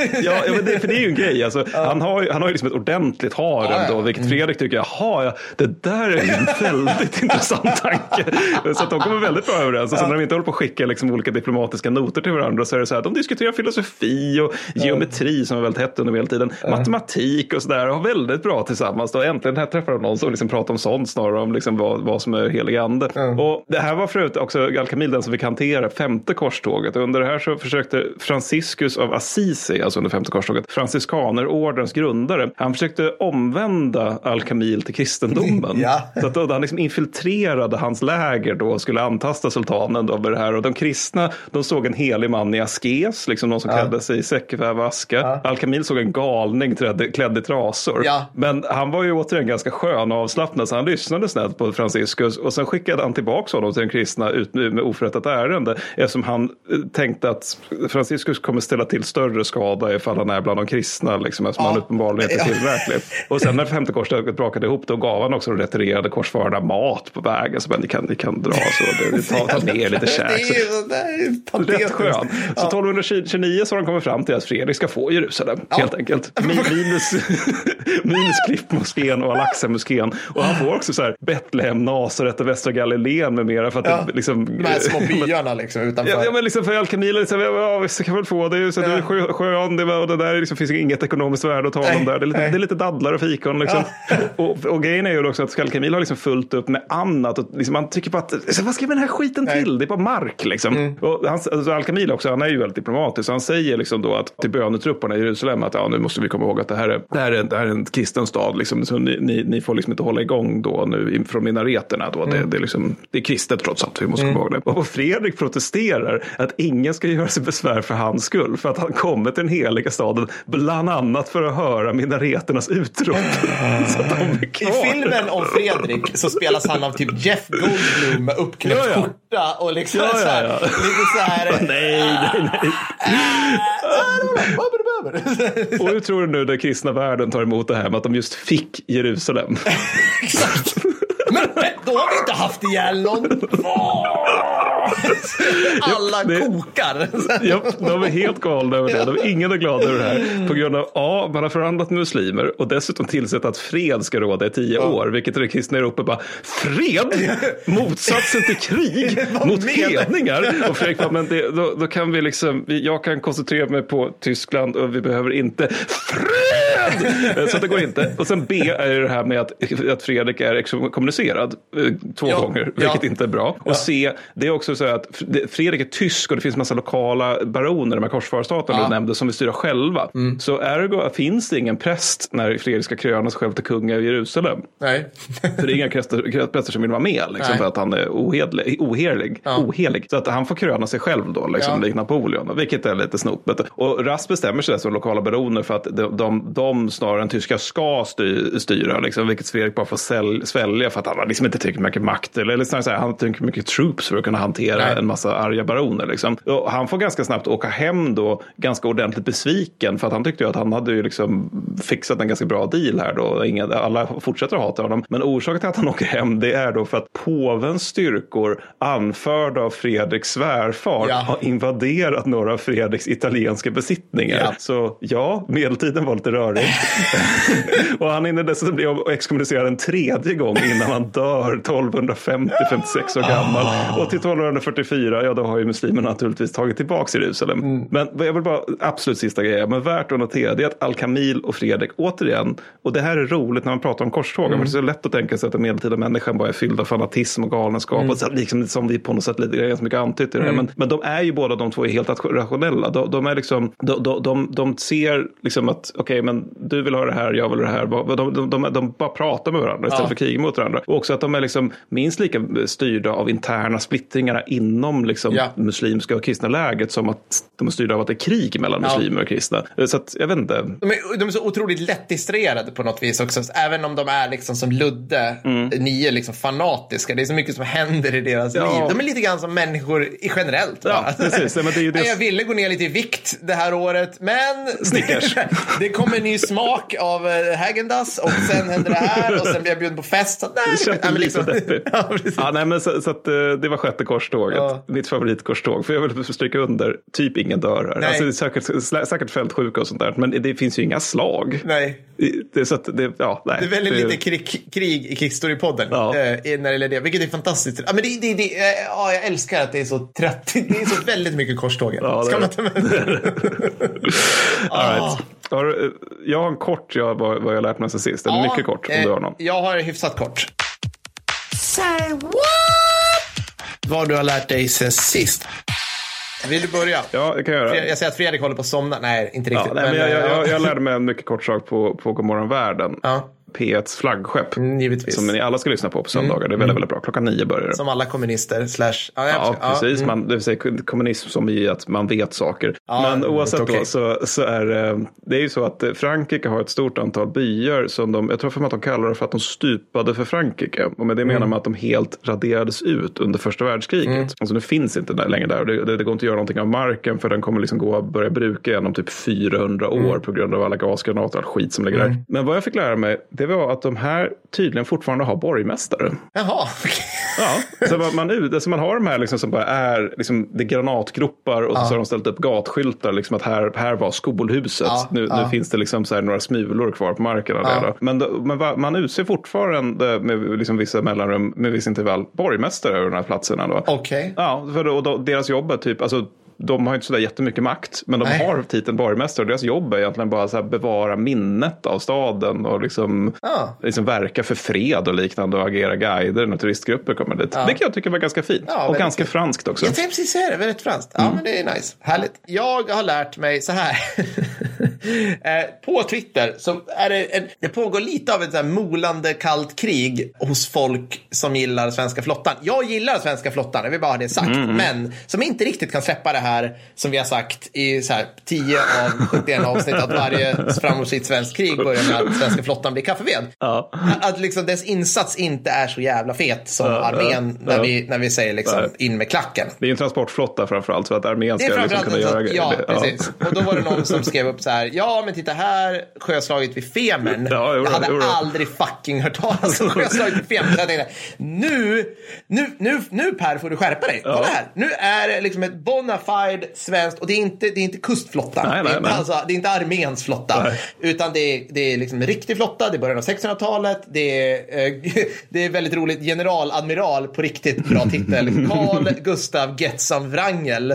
C: men för det är ju en grej, alltså, han har ju liksom ett ordentligt harem då, vilket Fredrik tycker, det där är en väldigt intressant tanke. Så att de kommer väldigt bra överens. Alltså, när de inte håller på att skicka liksom olika diplomatiska noter till varandra, så är det så här, de diskuterar filosofi och geometri som är väldigt hett under medeltiden, matematik och sådär, och väldigt bra tillsammans. Då äntligen här träffar de någon som liksom pratar om sånt snarare om liksom vad som är helig ande. Och det här var förut också Al-Kamil den som fick hantera femte korståget. Och under det här så försökte Franciscus av Assisi, alltså under femte korståget, franciskanerordens grundare, han försökte omvända Al-Kamil till kristendomen. Så att då han liksom infiltrerade hans läger då och skulle antasta sultanen då med det här. Och de kristna, de såg en helig man i askes, liksom någon som klädde sig i säckväv och aska. Al-Kamil såg en galning klädd i trasor. Men han var ju återigen ganska skön och avslappnad, så han lyssnade snällt på Franciscus, och sen skickade han tillbaka honom till den kristna ut med oförrättat ärende, eftersom han tänkte att Franciscus kommer ställa till större skada ifall han är bland de kristna, liksom, eftersom han uppenbarligen inte är tillräcklig. Och sen när femte korståget brakade ihop, då gav han också de retirerade korsfararna mat på vägen, så ni kan dra så ta ner lite käk. Rätt skön. Så 1229 så har de kommit fram till att Fredrik ska få Jerusalem, helt enkelt. Minus Klippmoskén och Al-Aqsa-moskén. Och han får också så här Betlehem, Nasaret och Västra Galileen med mera för att det, liksom,
A: de här små byarna liksom utanför.
C: Ja, men liksom för Al-Kamil liksom, vi kan väl få det, så det är skön, och det där liksom, finns inget ekonomiskt värde att tala om där. Det är lite dadlar och fikon liksom. Och grejen är ju också att Al-Kamil har liksom fullt upp med annat och liksom, man tycker på att vad ska vi den här skiten till? Det är bara mark liksom. Och Al-Kamil också, han är ju väldigt diplomatisk, så han säger liksom då att till bönetrupperna i Jerusalem att nu måste vi komma ihåg att det här är en kristen stad liksom, så ni får liksom inte hålla igång då nu från minareterna då. Det är liksom, det är kristet trots allt, vi måste komma ihåg det. Och Fredrik protesterar att ingen ska göra sig besvär för hans skull, för att han kommer till den heliga staden bland annat för att höra minareternas utrop. Så att de är kvar.
A: I filmen om Fredrik så spelas han av typ Jeff Goldblum med uppknäppt skjorta och liksom så här, lite så här.
C: Nej. Och hur tror du nu den kristna världen tar emot det här med att de just fick Jerusalem?
A: Exakt. Men då har vi inte haft ihjäl någon. Alla kokar.
C: Ja, de är helt galna över det. Ingen är glad över det här. På grund av man har förhandlat med muslimer och dessutom tillsett att fred ska råda i 10 år. Vilket är det kristna Europa bara, fred? Motsatsen till krig mot hedningar. Och Fredrik bara, men då kan vi liksom, jag kan koncentrera mig på Tyskland och vi behöver inte fred! Så det går inte. Och sen B är det här med att Fredrik är kommunicerad 2 gånger, vilket inte är bra. Och C, det är också så att Fredrik är tysk och det finns massa lokala baroner, de här korsfararstaterna du nämnde, som vill styra själva. Så ergo finns det ingen präst när Fredrik ska kröna sig själv till kung i Jerusalem. Nej. För det är inga präster som vill vara med liksom, för att han är ohelig. Så att han får kröna sig själv då, liksom, likt Napoleon, vilket är lite snopet. Och Rast bestämmer sig som lokala baroner för att de snarare än tyska ska styra, liksom, vilket Fredrik bara får svälja för att han har liksom inte tillräckligt mycket makt, eller snarare säga, han har tillräckligt mycket troops för att kunna hantera en massa arga baroner liksom. Och han får ganska snabbt åka hem då, ganska ordentligt besviken, för att han tyckte ju att han hade ju liksom fixat en ganska bra deal här då. Alla fortsätter att hata honom, men orsaken till att han åker hem, det är då för att påvens styrkor anförda av Fredriks svärfar har invaderat några av Fredriks italienska besittningar. Så medeltiden var lite rörig. Och han hinner dessutom bli exkommunicerad en 3:e gång innan han dör 1250-56 år gammal. Och till 1244, då har ju muslimerna naturligtvis tagit tillbaka Jerusalem. Men jag vill bara, absolut sista grejen, men värt att notera, det är att Al-Kamil och Fredrik återigen, och det här är roligt när man pratar om korstågen, för det är så lätt att tänka sig att den medeltida människan bara är fylld av fanatism och galenskap, och så, liksom, som vi på något sätt lite ganska mycket antytt i det här. Men de är ju båda de två är helt rationella. De är liksom, de ser liksom att okej, men du vill ha det här, jag vill ha det här. De bara pratar med varandra istället för krig mot varandra. Och också att de är liksom minst lika styrda av interna splittringarna inom liksom muslimska och kristna läget som att de är styrda av att det är krig mellan muslimer och kristna. Så att, jag vet inte.
A: De är så otroligt lätt distrerade på något vis också. Även om de är liksom som Ludde, ni är liksom fanatiska. Det är så mycket som händer i deras liv. De är lite grann som människor generellt.
C: Ja, precis. Men det är ju det.
A: Jag ville gå ner lite i vikt det här året, men
C: Snickers.
A: Det kommer en ny smak av Häagen-Dazs och sen händer det här och sen blir jag bjuden på fest. Så
C: så att det var 6:e korståget. Mitt favoritkorståg. För jag vill stryka under, typ ingen dör här. Alltså, det är säkert fältsjuka och sånt där, men det finns ju inga slag. Nej. Det är väldigt
A: lite krig i Krigsstorypodden när det gäller det, vilket är fantastiskt. Ja, men jag älskar att det är så trött. Det är så väldigt mycket korståg. Ska man ta med?
C: All right. Jag har en kort vad jag lärt mig sen sist. Eller mycket kort om du har någon.
A: Jag har hyfsat kort. Say what? Vad du har lärt dig sen sist. Vill du börja?
C: Ja, det kan jag göra.
A: Jag säger att Fredrik håller på att somna. Nej, inte riktigt.
C: Men jag lärde mig en mycket kort sak på Godmorgon Världen. P1s flaggskepp.
A: Givetvis.
C: Som ni alla ska lyssna på söndagar. Det är väldigt, väldigt bra. 9:00 börjar det.
A: Som alla kommunister /
C: precis. Det vill säga kommunism som i att man vet saker. Men oavsett då så är det är ju så att Frankrike har ett stort antal byar som jag tror för att de kallar det för att de stupade för Frankrike. Och med det menar man att de helt raderades ut under första världskriget. Alltså nu finns inte längre där. Det går inte att göra någonting av marken, för den kommer liksom börja bruka igen om typ 400 år på grund av alla gasgranater och all skit som ligger där. Men vad jag fick lära mig, det var att de här tydligen fortfarande har borgmästare.
A: Jaha.
C: Ja, så man har de här liksom som bara är liksom, det är granatgropar och så har de ställt upp gatskyltar liksom att här var skolhuset. Nu finns det liksom så här några smulor kvar på marken. Men man utser fortfarande med liksom vissa mellanrum, med vissa intervall, borgmästare över de här platserna då.
A: Okej.
C: Ja, för deras jobb är typ, alltså de har inte sådär jättemycket makt, men de har titeln borgmästare och deras jobb är egentligen bara så här bevara minnet av staden och liksom verka för fred och liknande och agera guider när turistgrupper kommer dit. Det kan jag tycka var ganska fint och ganska franskt också.
A: Jag tänkte precis säga det, väldigt franskt. Ja, men det är nice. Härligt. Jag har lärt mig så här. På Twitter så är det pågår lite av ett så här molande kallt krig hos folk som gillar svenska flottan. Jag gillar svenska flottan, jag vill bara ha det sagt. Men som inte riktigt kan släppa det här som vi har sagt i så här 10 av 71 avsnitt att varje framgångsrikt svensk krig börjar med att svenska flottan blir kaffeved. Att liksom dess insats inte är så jävla fet som armén när vi säger liksom in med klacken.
C: Det är en transportflotta framförallt så att armén ska liksom kunna göra grejer.
A: Ja, precis. Och då var det någon som skrev upp så här: ja, men titta här, sjöslaget vid Femern. Jag hade aldrig fucking hört talas om sjöslaget vid Femern. Så jag tänkte, nu Per, får du skärpa dig. Kolla här. Nu är det liksom ett bona fide svenskt, och det är inte kustflottan. Nej. Alltså, det är inte arméns flotta. Utan det är liksom en riktig flotta. Det är början av 1600-talet. Det är väldigt roligt. Generaladmiral, på riktigt bra titel. Carl Gustav Getsam Wrangel.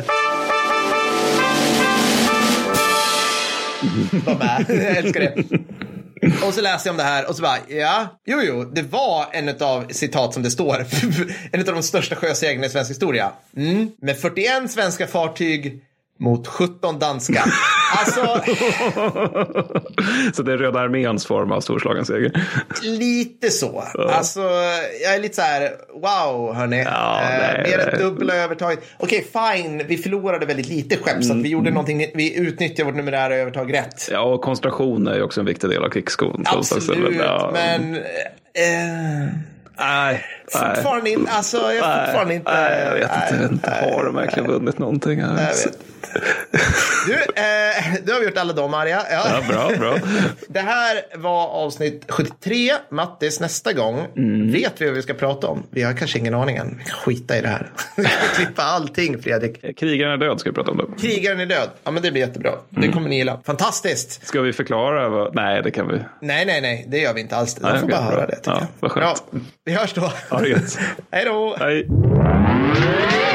A: De är, jag älskar det. Och så läser jag om det här och så bara, det var en av citat som det står, en av de största sjösegrarna i svensk historia. Med 41 svenska fartyg mot 17 danska. Alltså...
C: Så det är Röda arméns form av storslagen seger.
A: Lite så. Alltså, jag är lite så här, wow, hörni. Mer än dubbla övertaget. Okej, fine. Vi förlorade väldigt lite skepp, så att vi gjorde någonting, vi utnyttjade vårt numerära övertag rätt.
C: Ja, och koncentration är ju också en viktig del av krigsskon.
A: Absolut, men...
C: Nej.
A: Fortfarande inte, alltså jag fortfarande inte.
C: Jag vet inte, har de verkligen vunnit någonting här?
A: Jag vet. Du har gjort alla dem, Arja.
C: Ja, bra.
A: Det här var avsnitt 73. Mattis, nästa gång vet vi vad vi ska prata om. Vi har kanske ingen aning än. Vi kan skita i det här. Vi ska klippa allting, Fredrik.
C: Krigaren är död ska vi prata om då.
A: Krigaren är död. Ja, men det blir jättebra. Det kommer ni gilla. Fantastiskt.
C: Ska vi förklara vad... Nej, det kan vi.
A: Nej. Det gör vi inte alls. De får bara höra det.
C: Ja, vad skönt.
A: Vi hörs då.
C: Ha det gött.
A: Hej då.
C: Hej.